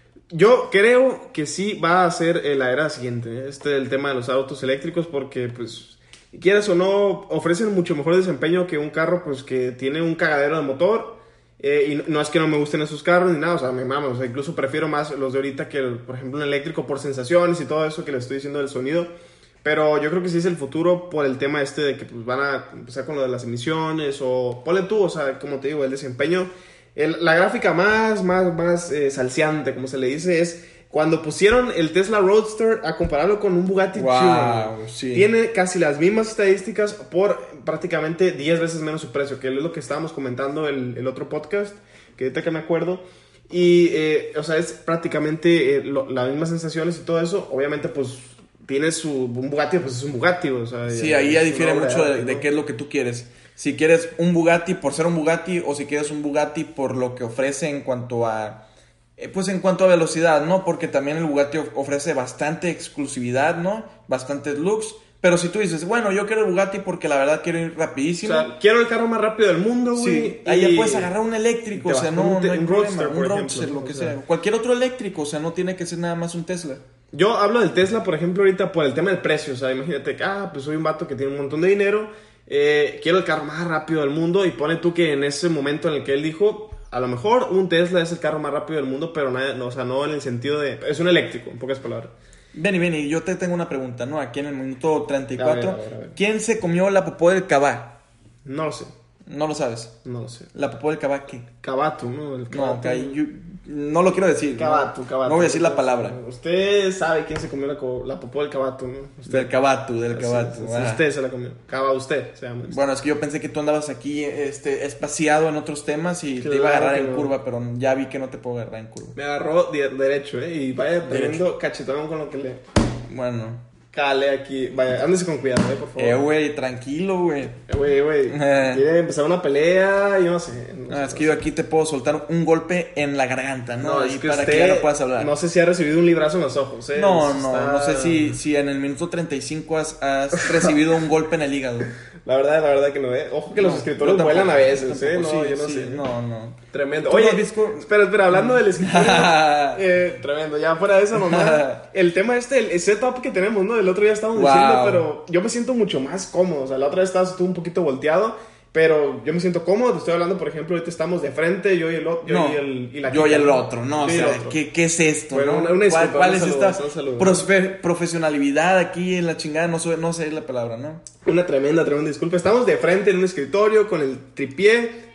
Yo creo que sí va a ser la era siguiente, ¿eh? Este el tema de los autos eléctricos, porque pues quieras o no ofrecen mucho mejor desempeño que un carro pues que tiene un cagadero de motor. Eh, y no es que no me gusten esos carros ni nada, o sea, me mama, o sea, incluso prefiero más los de ahorita que, el, por ejemplo, un eléctrico por sensaciones y todo eso que les estoy diciendo del sonido. Pero yo creo que sí es el futuro por el tema este de que pues, van a empezar con lo de las emisiones o ponle tú, o sea, como te digo, el desempeño. El, la gráfica más, más, más eh, salseante, como se le dice, es cuando pusieron el Tesla Roadster a compararlo con un Bugatti Wow, Chiron. sí. Tiene casi las mismas estadísticas por prácticamente diez veces menos su precio, que es lo que estábamos comentando el, el otro podcast, que ahorita que me acuerdo. Y, eh, o sea, es prácticamente eh, lo, las mismas sensaciones y todo eso. Obviamente, pues, tiene su... Un Bugatti, pues es un Bugatti, o sea... Sí, ahí ya es difiere una obra mucho de de, arte, de ¿no? qué es lo que tú quieres. Si quieres un Bugatti por ser un Bugatti o si quieres un Bugatti por lo que ofrece en cuanto a... eh, Pues en cuanto a velocidad, ¿no? Porque también el Bugatti of- ofrece bastante exclusividad, ¿no? Bastantes looks. Pero si tú dices, bueno, yo quiero el Bugatti porque la verdad quiero ir O rapidísimo. sea, quiero el carro más rápido del mundo, güey. Sí, ahí y- ya puedes agarrar un eléctrico, te o sea, vas no, con un te- no hay un problema, Roadster, un por Roadster, ejemplo, lo que o sea. sea. Cualquier otro eléctrico, o sea, no tiene que ser nada más un Tesla. Yo hablo del Tesla, por ejemplo, ahorita por el tema del precio. O sea, imagínate que, ah, pues soy un vato que tiene un montón de dinero. Eh, quiero el carro más rápido del mundo. Y pone tú que en ese momento en el que él dijo, a lo mejor un Tesla es el carro más rápido del mundo, pero nada, no, o sea, no en el sentido de... Es un eléctrico, en pocas palabras. Ven y ven, y yo te tengo una pregunta, ¿no? Aquí en el minuto treinta y cuatro. A ver, a ver, a ver. ¿Quién se comió la popó del cabá? No lo sé, No lo sabes. no lo sé. ¿La popó del cabá qué? Cabato, ¿no? El No, Cabato. ca- yo- no lo quiero decir. Cabato, no, cabato. No voy a decir la palabra. Usted sabe quién se comió la, co- la popó del cabato, ¿no? Usted. Del cabato, del Sí, cabato. sí, sí, ajá. usted se la comió. Caba usted, se llama. Bueno, es que yo pensé que tú andabas aquí este, espaciado en otros temas y te Claro iba a agarrar que en no. curva, pero ya vi que no te puedo agarrar en curva. Me agarró de- derecho, ¿eh? Y vaya tremendo cachetón con lo que le... Bueno, Jale aquí. Vaya, ándese con cuidado, eh, por favor. Eh, güey, tranquilo, güey. Eh, güey, güey. Quiere empezar una pelea, yo no sé. No, No, sé, es que yo aquí te puedo soltar un golpe en la garganta, ¿no? No, y es que para usted, que ya no puedas hablar. No sé si ha recibido un librazo en los ojos, ¿eh? No, Está... no, no sé si, si en el minuto treinta y cinco has, has recibido un golpe en el hígado. La verdad, la verdad que no, ¿eh? Ojo que los No, escritores yo vuelan a tampoco, veces, ¿eh? No, tampoco, sí, yo no sí, sé. No, no. Tremendo. ¿Tú Oye, no has visto? espera, espera, hablando del escritorio. eh, tremendo, ya fuera de esa mamá. El tema este, el, el setup que tenemos, ¿no? El otro día estábamos Wow. diciendo, pero yo me siento mucho más cómodo. O sea, la otra vez estabas tú un poquito volteado, pero yo me siento cómodo. Te estoy hablando, por ejemplo, ahorita estamos de frente, yo y el otro. Yo No, y el, y la yo y chica, el ¿no? otro, no, Yo o y el sea, otro. ¿qué, ¿qué es esto? Bueno, ¿no? una- una ¿Cuál, disculpa, cuál un es saludo, esta un saludo. prosfe- profesionalidad aquí en la chingada? No sé, no sé la palabra, ¿no? Una tremenda, tremenda disculpa. Estamos de frente en un escritorio con el tripié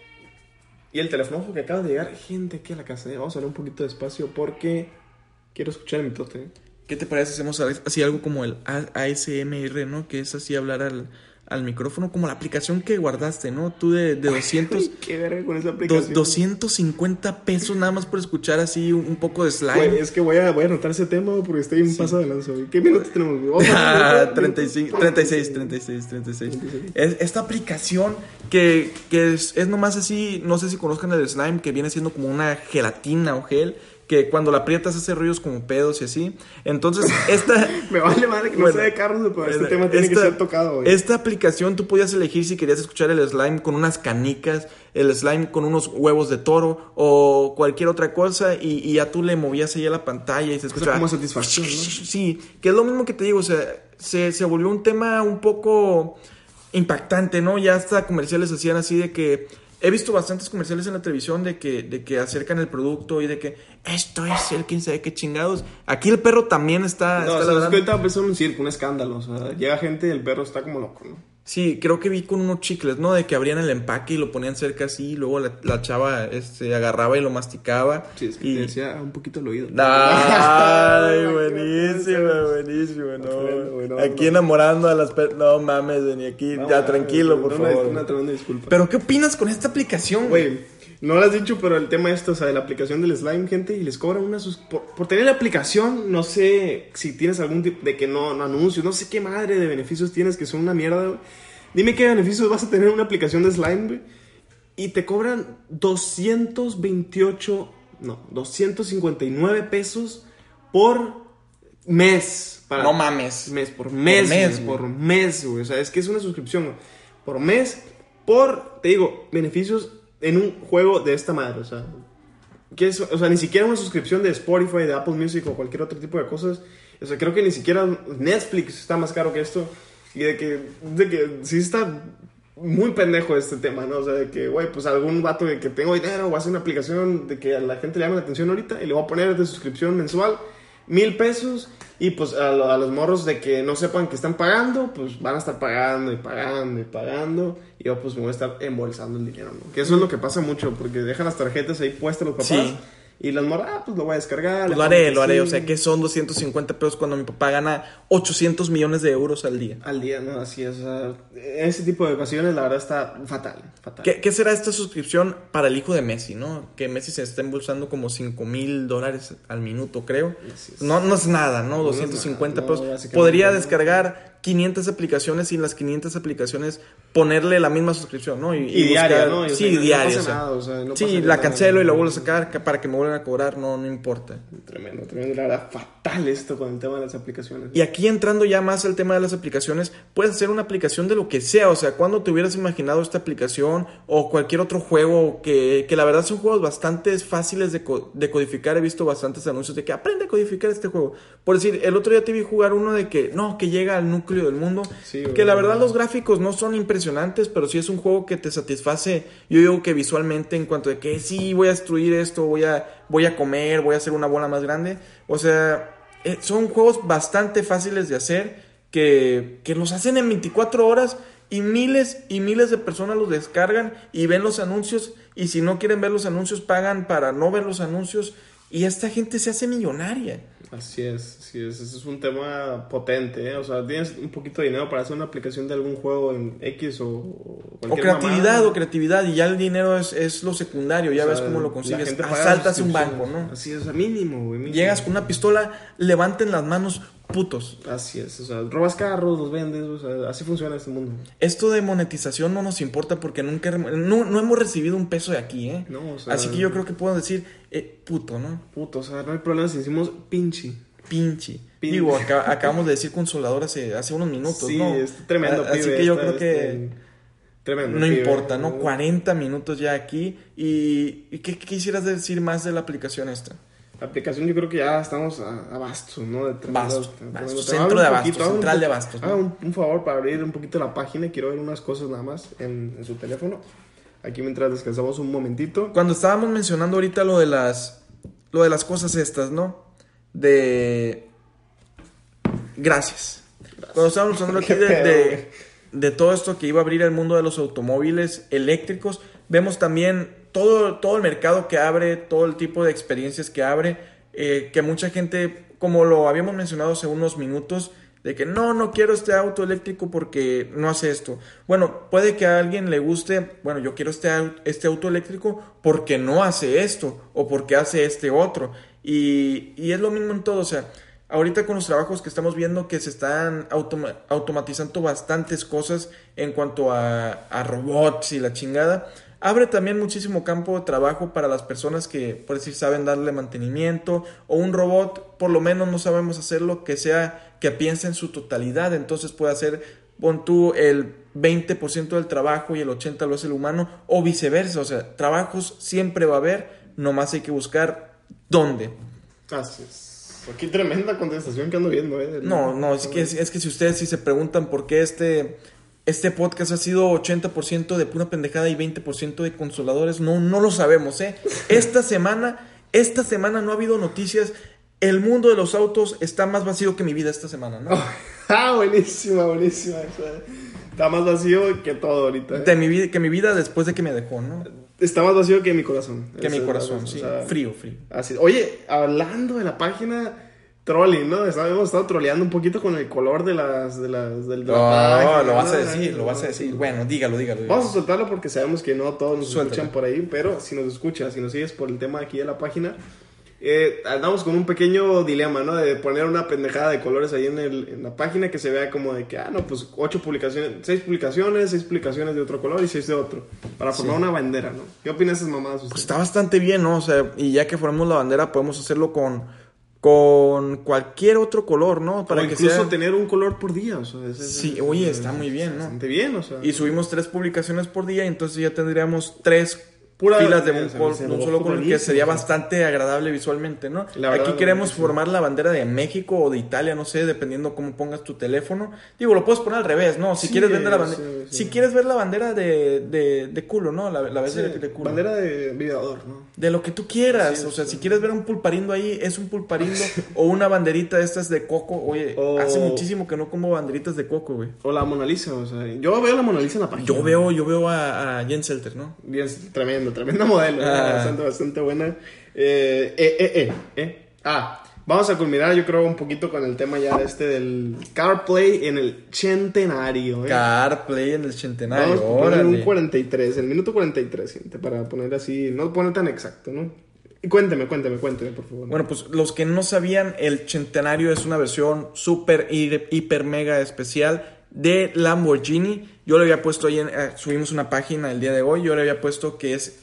y el teléfono. Ojo que acaba de llegar gente aquí a la casa. ¿eh? Vamos a hablar un poquito despacio porque quiero escuchar el mitote. ¿eh? ¿Qué te parece si hacemos así algo como el A S M R, ¿no? Que es así hablar al, al micrófono, como la aplicación que guardaste, ¿no? Tú de, de doscientos... Ay, qué verga con esa do- aplicación. doscientos cincuenta pesos nada más por escuchar así un, un poco de slime. Güey, es que voy a, voy a anotar ese tema porque estoy en paso de lanza. güey. ¿Qué minutos tenemos? güey? Vamos a- Ah, treinta y cinco, treinta y seis, treinta y seis, treinta y seis. Es esta aplicación que, que es, es nomás así, no sé si conozcan el slime, que viene siendo como una gelatina o gel, que cuando la aprietas hace ruidos como pedos y así. Entonces, esta... Me vale madre que no Bueno, sea de Carlos, pero este bueno, tema tiene esta- que ser tocado. güey. Esta aplicación tú podías elegir si querías escuchar el slime con unas canicas, el slime con unos huevos de toro o cualquier otra cosa y, y ya tú le movías ahí a la pantalla y se O sea, escuchaba... como satisfacción, ¿no? Sí, que es lo mismo que te digo, o sea, se, se volvió un tema un poco impactante, ¿no? Ya hasta comerciales hacían así de que... He visto bastantes comerciales en la televisión de que, de que acercan el producto y de que esto es el quién sabe qué chingados. Aquí el perro también está... No, está o sea, es ladrando. que ahorita va a empezar un circo, un escándalo. O sea, llega gente y el perro está como loco, ¿no? Sí, creo que vi con unos chicles, ¿no? De que abrían el empaque y lo ponían cerca así y luego la, la chava este, agarraba y lo masticaba. Sí, es que y... te decía un poquito el oído. Ay, buenísimo, buenísimo, no. Tremendo, güey, no, Aquí no. enamorando a las per... No mames, ni aquí, No, ya no, tranquilo, no, por una, favor. Una tremenda disculpa. Pero ¿qué opinas con esta aplicación, güey? Güey, no lo has dicho, pero el tema esto, o sea, de la aplicación del slime, gente, y les cobran una sus... Por, por tener la aplicación, no sé si tienes algún tipo de que no, no anuncios, no sé qué madre de beneficios tienes que son una mierda, güey. Dime qué beneficios vas a tener en una aplicación de slime, güey. Y te cobran doscientos veintiocho, no, doscientos cincuenta y nueve pesos por mes. Para, No mames. Mes, por mes, Por mes, güey, güey. por mes, güey. O sea, es que es una suscripción, güey. Por mes, por, te digo, beneficios en un juego de esta madre, o sea. Que es, o sea, ni siquiera una suscripción de Spotify, de Apple Music o cualquier otro tipo de cosas. O sea, creo que ni siquiera Netflix está más caro que esto. Y de que, de que sí está muy pendejo este tema, ¿no? O sea, de que, güey, pues algún vato de que tengo dinero, voy a hacer una aplicación de que a la gente le llame la atención ahorita y le voy a poner de suscripción mensual mil pesos. Y pues a, lo- a los morros de que no sepan que están pagando, pues van a estar pagando y pagando y pagando. Y yo pues me voy a estar embolsando el dinero, ¿no? Que eso es lo que pasa mucho, porque dejan las tarjetas ahí puestas los papás. Sí. Y las morras, ah, pues lo voy a descargar. Pues le lo haré, pongo lo haré. sí. O sea, que son doscientos cincuenta pesos cuando mi papá gana ochocientos millones de euros al día. Al día, ¿no? Así es. O sea, ese tipo de ocasiones, la verdad, está fatal. fatal. ¿Qué, ¿Qué será esta suscripción para el hijo de Messi, no? Que Messi se está embolsando como cinco mil dólares al minuto, creo. Así es. No, no es nada, ¿no? No es doscientos cincuenta nada, no, pesos. básicamente Podría no. descargar quinientas aplicaciones y en las quinientas aplicaciones ponerle la misma suscripción, ¿no? Y diaria, ¿no? Y, o Sí, sea, no diaria. pasa o sea. nada, o sea, no Sí, pasa la nada. cancelo y la vuelvo a sacar que- para que me vuelvan a cobrar, no, no importa. Tremendo, tremendo. La verdad, fatal esto con el tema de las aplicaciones. Y aquí entrando ya más al tema de las aplicaciones, puedes hacer una aplicación de lo que sea, o sea, cuando te hubieras imaginado esta aplicación o cualquier otro juego que, que la verdad son juegos bastante fáciles de, co- de codificar, he visto bastantes anuncios de que aprende a codificar este juego. Por decir, el otro día te vi jugar uno de que, no, que llega al núcleo del mundo, Sí, que güey. la verdad los gráficos no son impresionantes, pero sí es un juego que te satisface, yo digo que visualmente en cuanto de que sí, voy a destruir esto, voy a, voy a comer, voy a hacer una bola más grande, o sea... Eh, son juegos bastante fáciles de hacer que, que los hacen en veinticuatro horas y miles y miles de personas los descargan y ven los anuncios y si no quieren ver los anuncios pagan para no ver los anuncios y esta gente se hace millonaria. Así es, así es. Ese es un tema potente, ¿eh? O sea, tienes un poquito de dinero para hacer una aplicación de algún juego en X o, o O cualquier creatividad, mamada. o creatividad y ya el dinero es, es lo secundario, ya O ves sea, cómo lo la consigues. gente paga Asaltas un suscripción. banco, ¿no? Así es, o sea, mínimo, güey. Mínimo. Llegas con una pistola, levanten las manos putos. Así es, o sea, robas carros, los vendes, o sea, así funciona este mundo. Esto de monetización no nos importa porque nunca no, no hemos recibido un peso de aquí, ¿eh? No, o sea, así que yo creo que puedo decir eh, puto, ¿no? Puto, o sea, no hay problema si decimos pinche. Pinche. Pinche. Digo, acá, acabamos de decir consolador hace, hace unos minutos, sí, ¿no? Sí, es tremendo A, así pibe, que yo está, creo que este, tremendo no pibe, importa, ¿no? ¿no? cuarenta minutos ya aquí. ¿Y, y qué, qué quisieras decir más de la aplicación esta? La aplicación yo creo que ya estamos a, a bastos, ¿no? De tremendo, Bastos, tremendo. bastos, Te centro hablo de un abastos, poquito, hablo un central de po- abastos, ¿no? Haga un, un favor para abrir un poquito la página, quiero ver unas cosas nada más en, en su teléfono. Aquí mientras descansamos un momentito. Cuando estábamos mencionando ahorita lo de las lo de las cosas estas, ¿no? De gracias. Gracias. Cuando estábamos hablando aquí de, de, de todo esto que iba a abrir el mundo de los automóviles eléctricos, vemos también todo, todo el mercado que abre, todo el tipo de experiencias que abre, eh, que mucha gente, como lo habíamos mencionado hace unos minutos, de que no, no quiero este auto eléctrico porque no hace esto. Bueno, puede que a alguien le guste, bueno, yo quiero este, este auto eléctrico porque no hace esto o porque hace este otro. Y, y es lo mismo en todo, o sea, ahorita con los trabajos que estamos viendo que se están automa- automatizando bastantes cosas en cuanto a, a robots y la chingada, abre también muchísimo campo de trabajo para las personas que, por decir, saben darle mantenimiento, o un robot, por lo menos no sabemos hacerlo, que sea, que piense en su totalidad, entonces puede hacer, pon tú, el veinte por ciento del trabajo y el ochenta por ciento lo hace el humano, o viceversa, o sea, trabajos siempre va a haber, nomás hay que buscar dónde. Así es. Qué tremenda contestación que ando viendo, ¿eh? No, no, es que, es, es que si ustedes sí se preguntan por qué este... Este podcast ha sido ochenta por ciento de pura pendejada y veinte por ciento de consoladores. No, no lo sabemos, ¿eh? Esta semana, esta semana no ha habido noticias. El mundo de los autos está más vacío que mi vida esta semana, ¿no? Oh, ah, buenísima, buenísima. O sea, está más vacío que todo ahorita, ¿eh? De mi vida, que mi vida después de que me dejó, ¿no? Está más vacío que mi corazón. Que Esa mi es corazón, la- sí. o sea, Frío, frío. Así. Oye, hablando de la página trolling, ¿no? Está- Hemos estado troleando un poquito con el color de las de las del de la No, página, lo vas a ¿no? decir, lo vas a decir. Bueno, dígalo, dígalo. dígalo. Vamos a soltarlo porque sabemos que no todos nos Suéltalo. escuchan por ahí, pero si nos escuchas, si nos sigues por el tema aquí de la página, eh, andamos con un pequeño dilema, ¿no? De poner una pendejada de colores ahí en, el, en la página que se vea como de que, ah, no, pues ocho publicaciones, seis publicaciones, seis publicaciones de otro color y seis de otro, para formar Sí. una bandera, ¿no? ¿Qué opinas de esas mamadas usted? Pues está bastante bien, ¿no? O sea, y ya que formamos la bandera, podemos hacerlo con, con cualquier otro color, ¿no? Para o que incluso sea... tener un color por día, o sea, es- es- Sí, es- oye, es- está muy bien, ¿no? Bastante bien, o sea. Y subimos tres publicaciones por día, entonces ya tendríamos tres Pura- filas de un, se- col- se de un lo solo bajo color, que buenísimo, sería sí. bastante agradable visualmente, ¿no? La verdad, Aquí queremos buenísimo. formar la bandera de México o de Italia, no sé, dependiendo cómo pongas tu teléfono. Digo, lo puedes poner al revés, ¿no? Si Sí, quieres vender la bandera, sí, sí. si quieres ver la bandera de, de, de culo, ¿no? La, la ves Sí, de, de culo. bandera de videador, ¿no? De lo que tú quieras, Sí, o sea, sí. si quieres ver un pulparindo ahí, es un pulparindo o una banderita de estas de coco. Oye, O- hace muchísimo que no como banderitas de coco, güey. O la Mona Lisa, o sea, yo veo la Mona Lisa en la página. Yo veo, yo veo a, a Jens Selter, ¿no? Bien, tremendo, tremenda modelo, ¿no? Ah. bastante, bastante buena. Eh, eh, eh, eh, eh. Ah, vamos a culminar, yo creo, un poquito con el tema ya este del CarPlay en el centenario, ¿eh? CarPlay en el centenario, Vamos a poner un órale. cuarenta y tres, el minuto cuarenta y tres, gente, para poner así, no poner tan exacto, ¿no? Y cuénteme, cuénteme, cuénteme, por favor. Bueno, pues los que no sabían, el centenario es una versión súper, hi- hiper, mega especial de Lamborghini. Yo le había puesto ahí, en, eh, subimos una página el día de hoy, yo le había puesto que es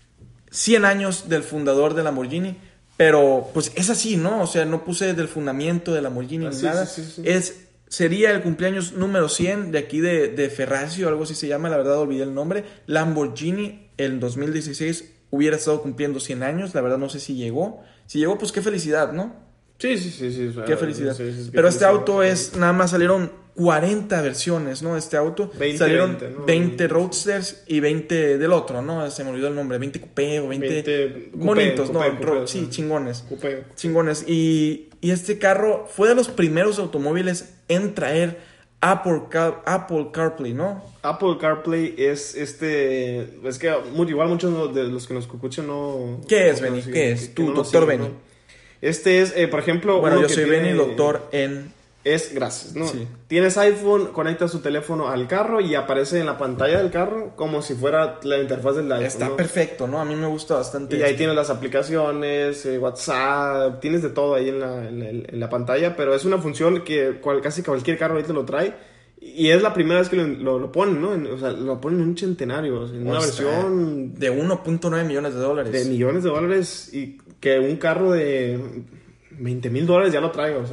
cien años del fundador de Lamborghini, pero pues es así, ¿no? O sea, no puse del fundamento de Lamborghini Ah, ni sí, nada. sí, sí, sí. Es, sería el cumpleaños número cien de aquí de, de Ferrazio, algo así se llama, la verdad olvidé el nombre. Lamborghini, el dos mil dieciséis, hubiera estado cumpliendo cien años, la verdad no sé si llegó. Si llegó, pues qué felicidad, ¿no? Sí, sí, sí, sí. Qué felicidad. Sí, sí, sí, qué Pero este felicidad. auto es, nada más salieron cuarenta versiones, ¿no? Este auto. veinte, salieron veinte, ¿no? veinte Roadsters y veinte del otro, ¿no? Se me olvidó el nombre. veinte Coupé o veinte... veinte Coupé, bonitos, ¿no? Coupé, Ro- Coupé, sí, ¿no? chingones. Coupé. Chingones. Y, y este carro fue de los primeros automóviles en traer Apple, Car- Apple CarPlay, ¿no? Apple CarPlay es este. Es que mu- igual muchos de los que nos escuchan no. ¿Qué es, no Benny? siguen, ¿Qué es? que- que Tú, no nos doctor siguen, Benny. ¿no? Este es, eh, por ejemplo. Bueno, uno yo que soy tiene- Benny, doctor en es gracias, ¿no? Sí. Tienes iPhone, conectas tu teléfono al carro y aparece en la pantalla del carro como si fuera la interfaz del iPhone. Está ¿no? perfecto, ¿no? A mí me gusta bastante. Y ahí esto. tienes las aplicaciones, eh, WhatsApp, tienes de todo ahí en la, en, la, en la pantalla, pero es una función que cual, casi cualquier carro ahorita lo trae. Y es la primera vez que lo, lo, lo ponen, ¿no? En, o sea, lo ponen en un centenario, en una O sea, versión de uno punto nueve millones de dólares. de millones de dólares y que un carro de veinte mil dólares ya lo trae, o sea...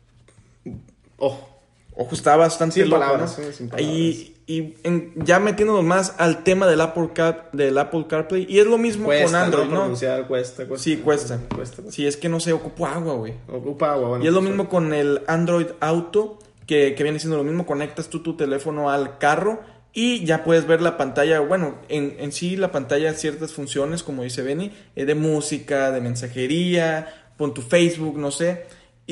Oh. Ojo, está bastante Sin loco, palabras, ¿no? sí, sin palabras. Y, y en- ya metiéndonos más al tema del Apple, Car, del Apple CarPlay. Y es lo mismo Cuesta, con Android, ¿no? Pronunciar, cuesta, cuesta. Sí, cuesta. Cuesta, cuesta. Sí, es que no se ocupa agua, güey. Ocupa agua, bueno. Y es lo pues, mismo con el Android Auto, que, que viene siendo lo mismo. Conectas tú tu teléfono al carro y ya puedes ver la pantalla. Bueno, en, en sí la pantalla ciertas funciones, como dice Benny, eh, de música, de mensajería, pon tu Facebook, no sé.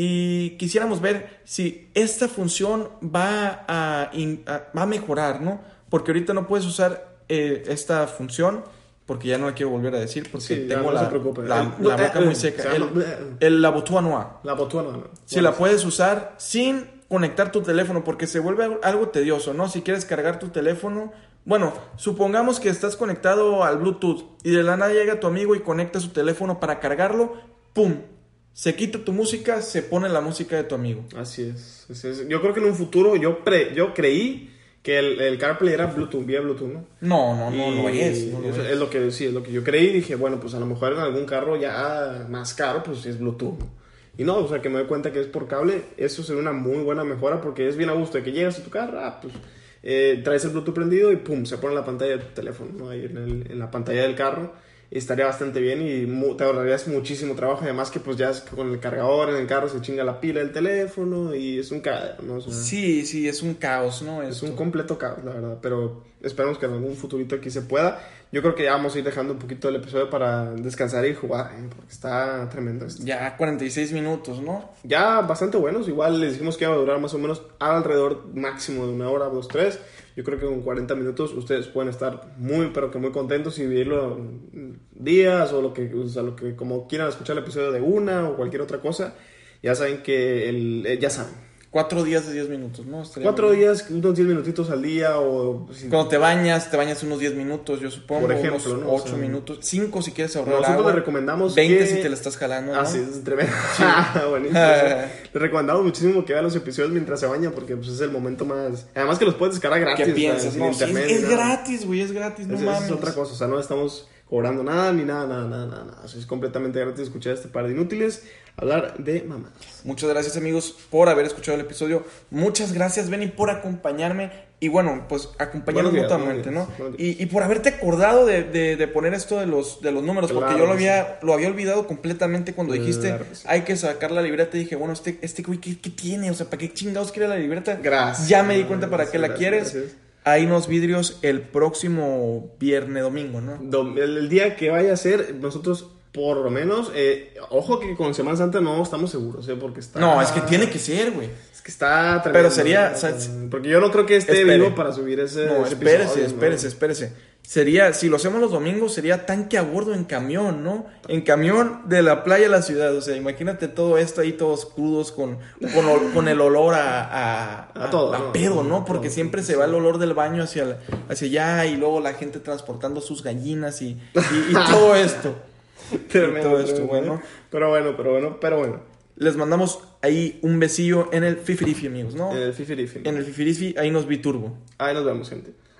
Y quisiéramos ver si esta función va a, in- a- va a mejorar, ¿no? Porque ahorita no puedes usar eh, esta función, porque ya no la quiero volver a decir, porque Sí, ya, tengo no la, se preocupe. la, El- la boca eh, muy eh, seca. se El, llama- el la bouton noir. La botuna, ¿no? Si la puedes usar sin conectar tu teléfono, porque se vuelve algo- algo tedioso, ¿no? Si quieres cargar tu teléfono, bueno, supongamos que estás conectado al Bluetooth y de la nada llega tu amigo y conecta su teléfono para cargarlo, ¡pum! Se quita tu música, se pone la música de tu amigo. Así es, así es. Yo creo que en un futuro yo, pre, yo creí que el, el CarPlay era Bluetooth, vía Bluetooth, ¿no? No, no, no Y lo es. No lo eso es. es lo que sí, es lo que yo creí. Dije, bueno, pues a lo mejor en algún carro ya más caro, pues es Bluetooth. Y no, o sea, que me doy cuenta que es por cable. Eso sería una muy buena mejora porque es bien a gusto de que llegas a tu carro, ah, pues eh, traes el Bluetooth prendido y pum, se pone en la pantalla de tu teléfono, ¿no? Ahí en, el- en la pantalla del carro. Estaría bastante bien y mu- te ahorrarías muchísimo trabajo. Además que pues ya es que con el cargador en el carro se chinga la pila del teléfono y es un cagadero, ¿no? O sea, Sí, sí, es un caos, ¿no? es Esto. un completo caos, la verdad. Pero esperemos que en algún futurito aquí se pueda. Yo creo que ya vamos a ir dejando un poquito el episodio para descansar y jugar, ¿eh? Porque está tremendo esto. Ya cuarenta y seis minutos, ¿no? Ya bastante buenos. Igual les dijimos que iba a durar más o menos alrededor máximo de una hora, dos, tres. Yo creo que con cuarenta minutos ustedes pueden estar muy, pero que muy contentos y vivirlo días o lo que, o sea, lo que como quieran escuchar el episodio de una o cualquier otra cosa. Ya saben que el, eh, ya saben. Cuatro días de diez minutos, ¿no? Estaría Cuatro muy bien. días, unos diez minutitos al día o... si- Cuando te bañas, te bañas unos diez minutos, yo supongo. Por ejemplo, unos ¿no? O ocho sea, minutos. cinco si quieres ahorrar Nosotros agua. le recomendamos veinte que- si te la estás jalando, ¿no? Ah, sí, es tremendo. Buenísimo. Le recomendamos muchísimo que vean los episodios mientras se baña porque pues, es el momento más... Además que los puedes descargar gratis. ¿Qué o sea, piensas? sin No, sí, es, internet es ni nada. gratis, güey, es gratis, no Es, esa mames. es otra cosa, o sea, no estamos cobrando nada ni nada, nada, nada, nada. nada. O sea, es completamente gratis escuchar este par de inútiles hablar de mamás. Muchas gracias, amigos, por haber escuchado el episodio. Muchas gracias, Benny, por acompañarme. Y bueno, pues acompañarnos Buenos días, mutuamente, buenos ¿no? días, buenos días. Y, y por haberte acordado de, de, de poner esto de los, de los números, porque Claro yo lo que había, lo había olvidado completamente cuando dijiste Claro que sí. hay que sacar la libreta. Y dije, bueno, este, este güey, ¿qué, qué tiene? O sea, ¿para qué chingados quiere la libreta? Gracias. Ya me di cuenta para qué la Gracias, quieres. gracias. Hay unos vidrios el próximo viernes, domingo, ¿no? Dom- El, el día que vaya a ser, nosotros por lo menos, eh, ojo que con Semana Santa no estamos seguros, ¿eh? Porque está... No, es que tiene que ser, güey. Es que está tremendo. Pero sería, ¿no? o sea, porque yo no creo que esté espere. vivo para subir ese No, ese espérese, episodio, ¿no? espérese, espérese. Sería, si lo hacemos los domingos, sería tanque a bordo en camión, ¿no? En camión de la playa a la ciudad. O sea, imagínate todo esto ahí, todos crudos, con, con, ol- con el olor a, a, A todo, a ¿no? pedo, ¿no? A Porque todo, siempre sí. se va el olor del baño hacia, la- hacia allá y luego la gente transportando sus gallinas y, y, y todo esto. Tremendo, Y todo esto, tremendo. bueno. Pero bueno, pero bueno, pero bueno. Les mandamos ahí un besillo en el Fifirifi, amigos, ¿no? El Fifirifi. En el Fifirifi, ahí nos vi turbo. Ahí nos vemos, gente.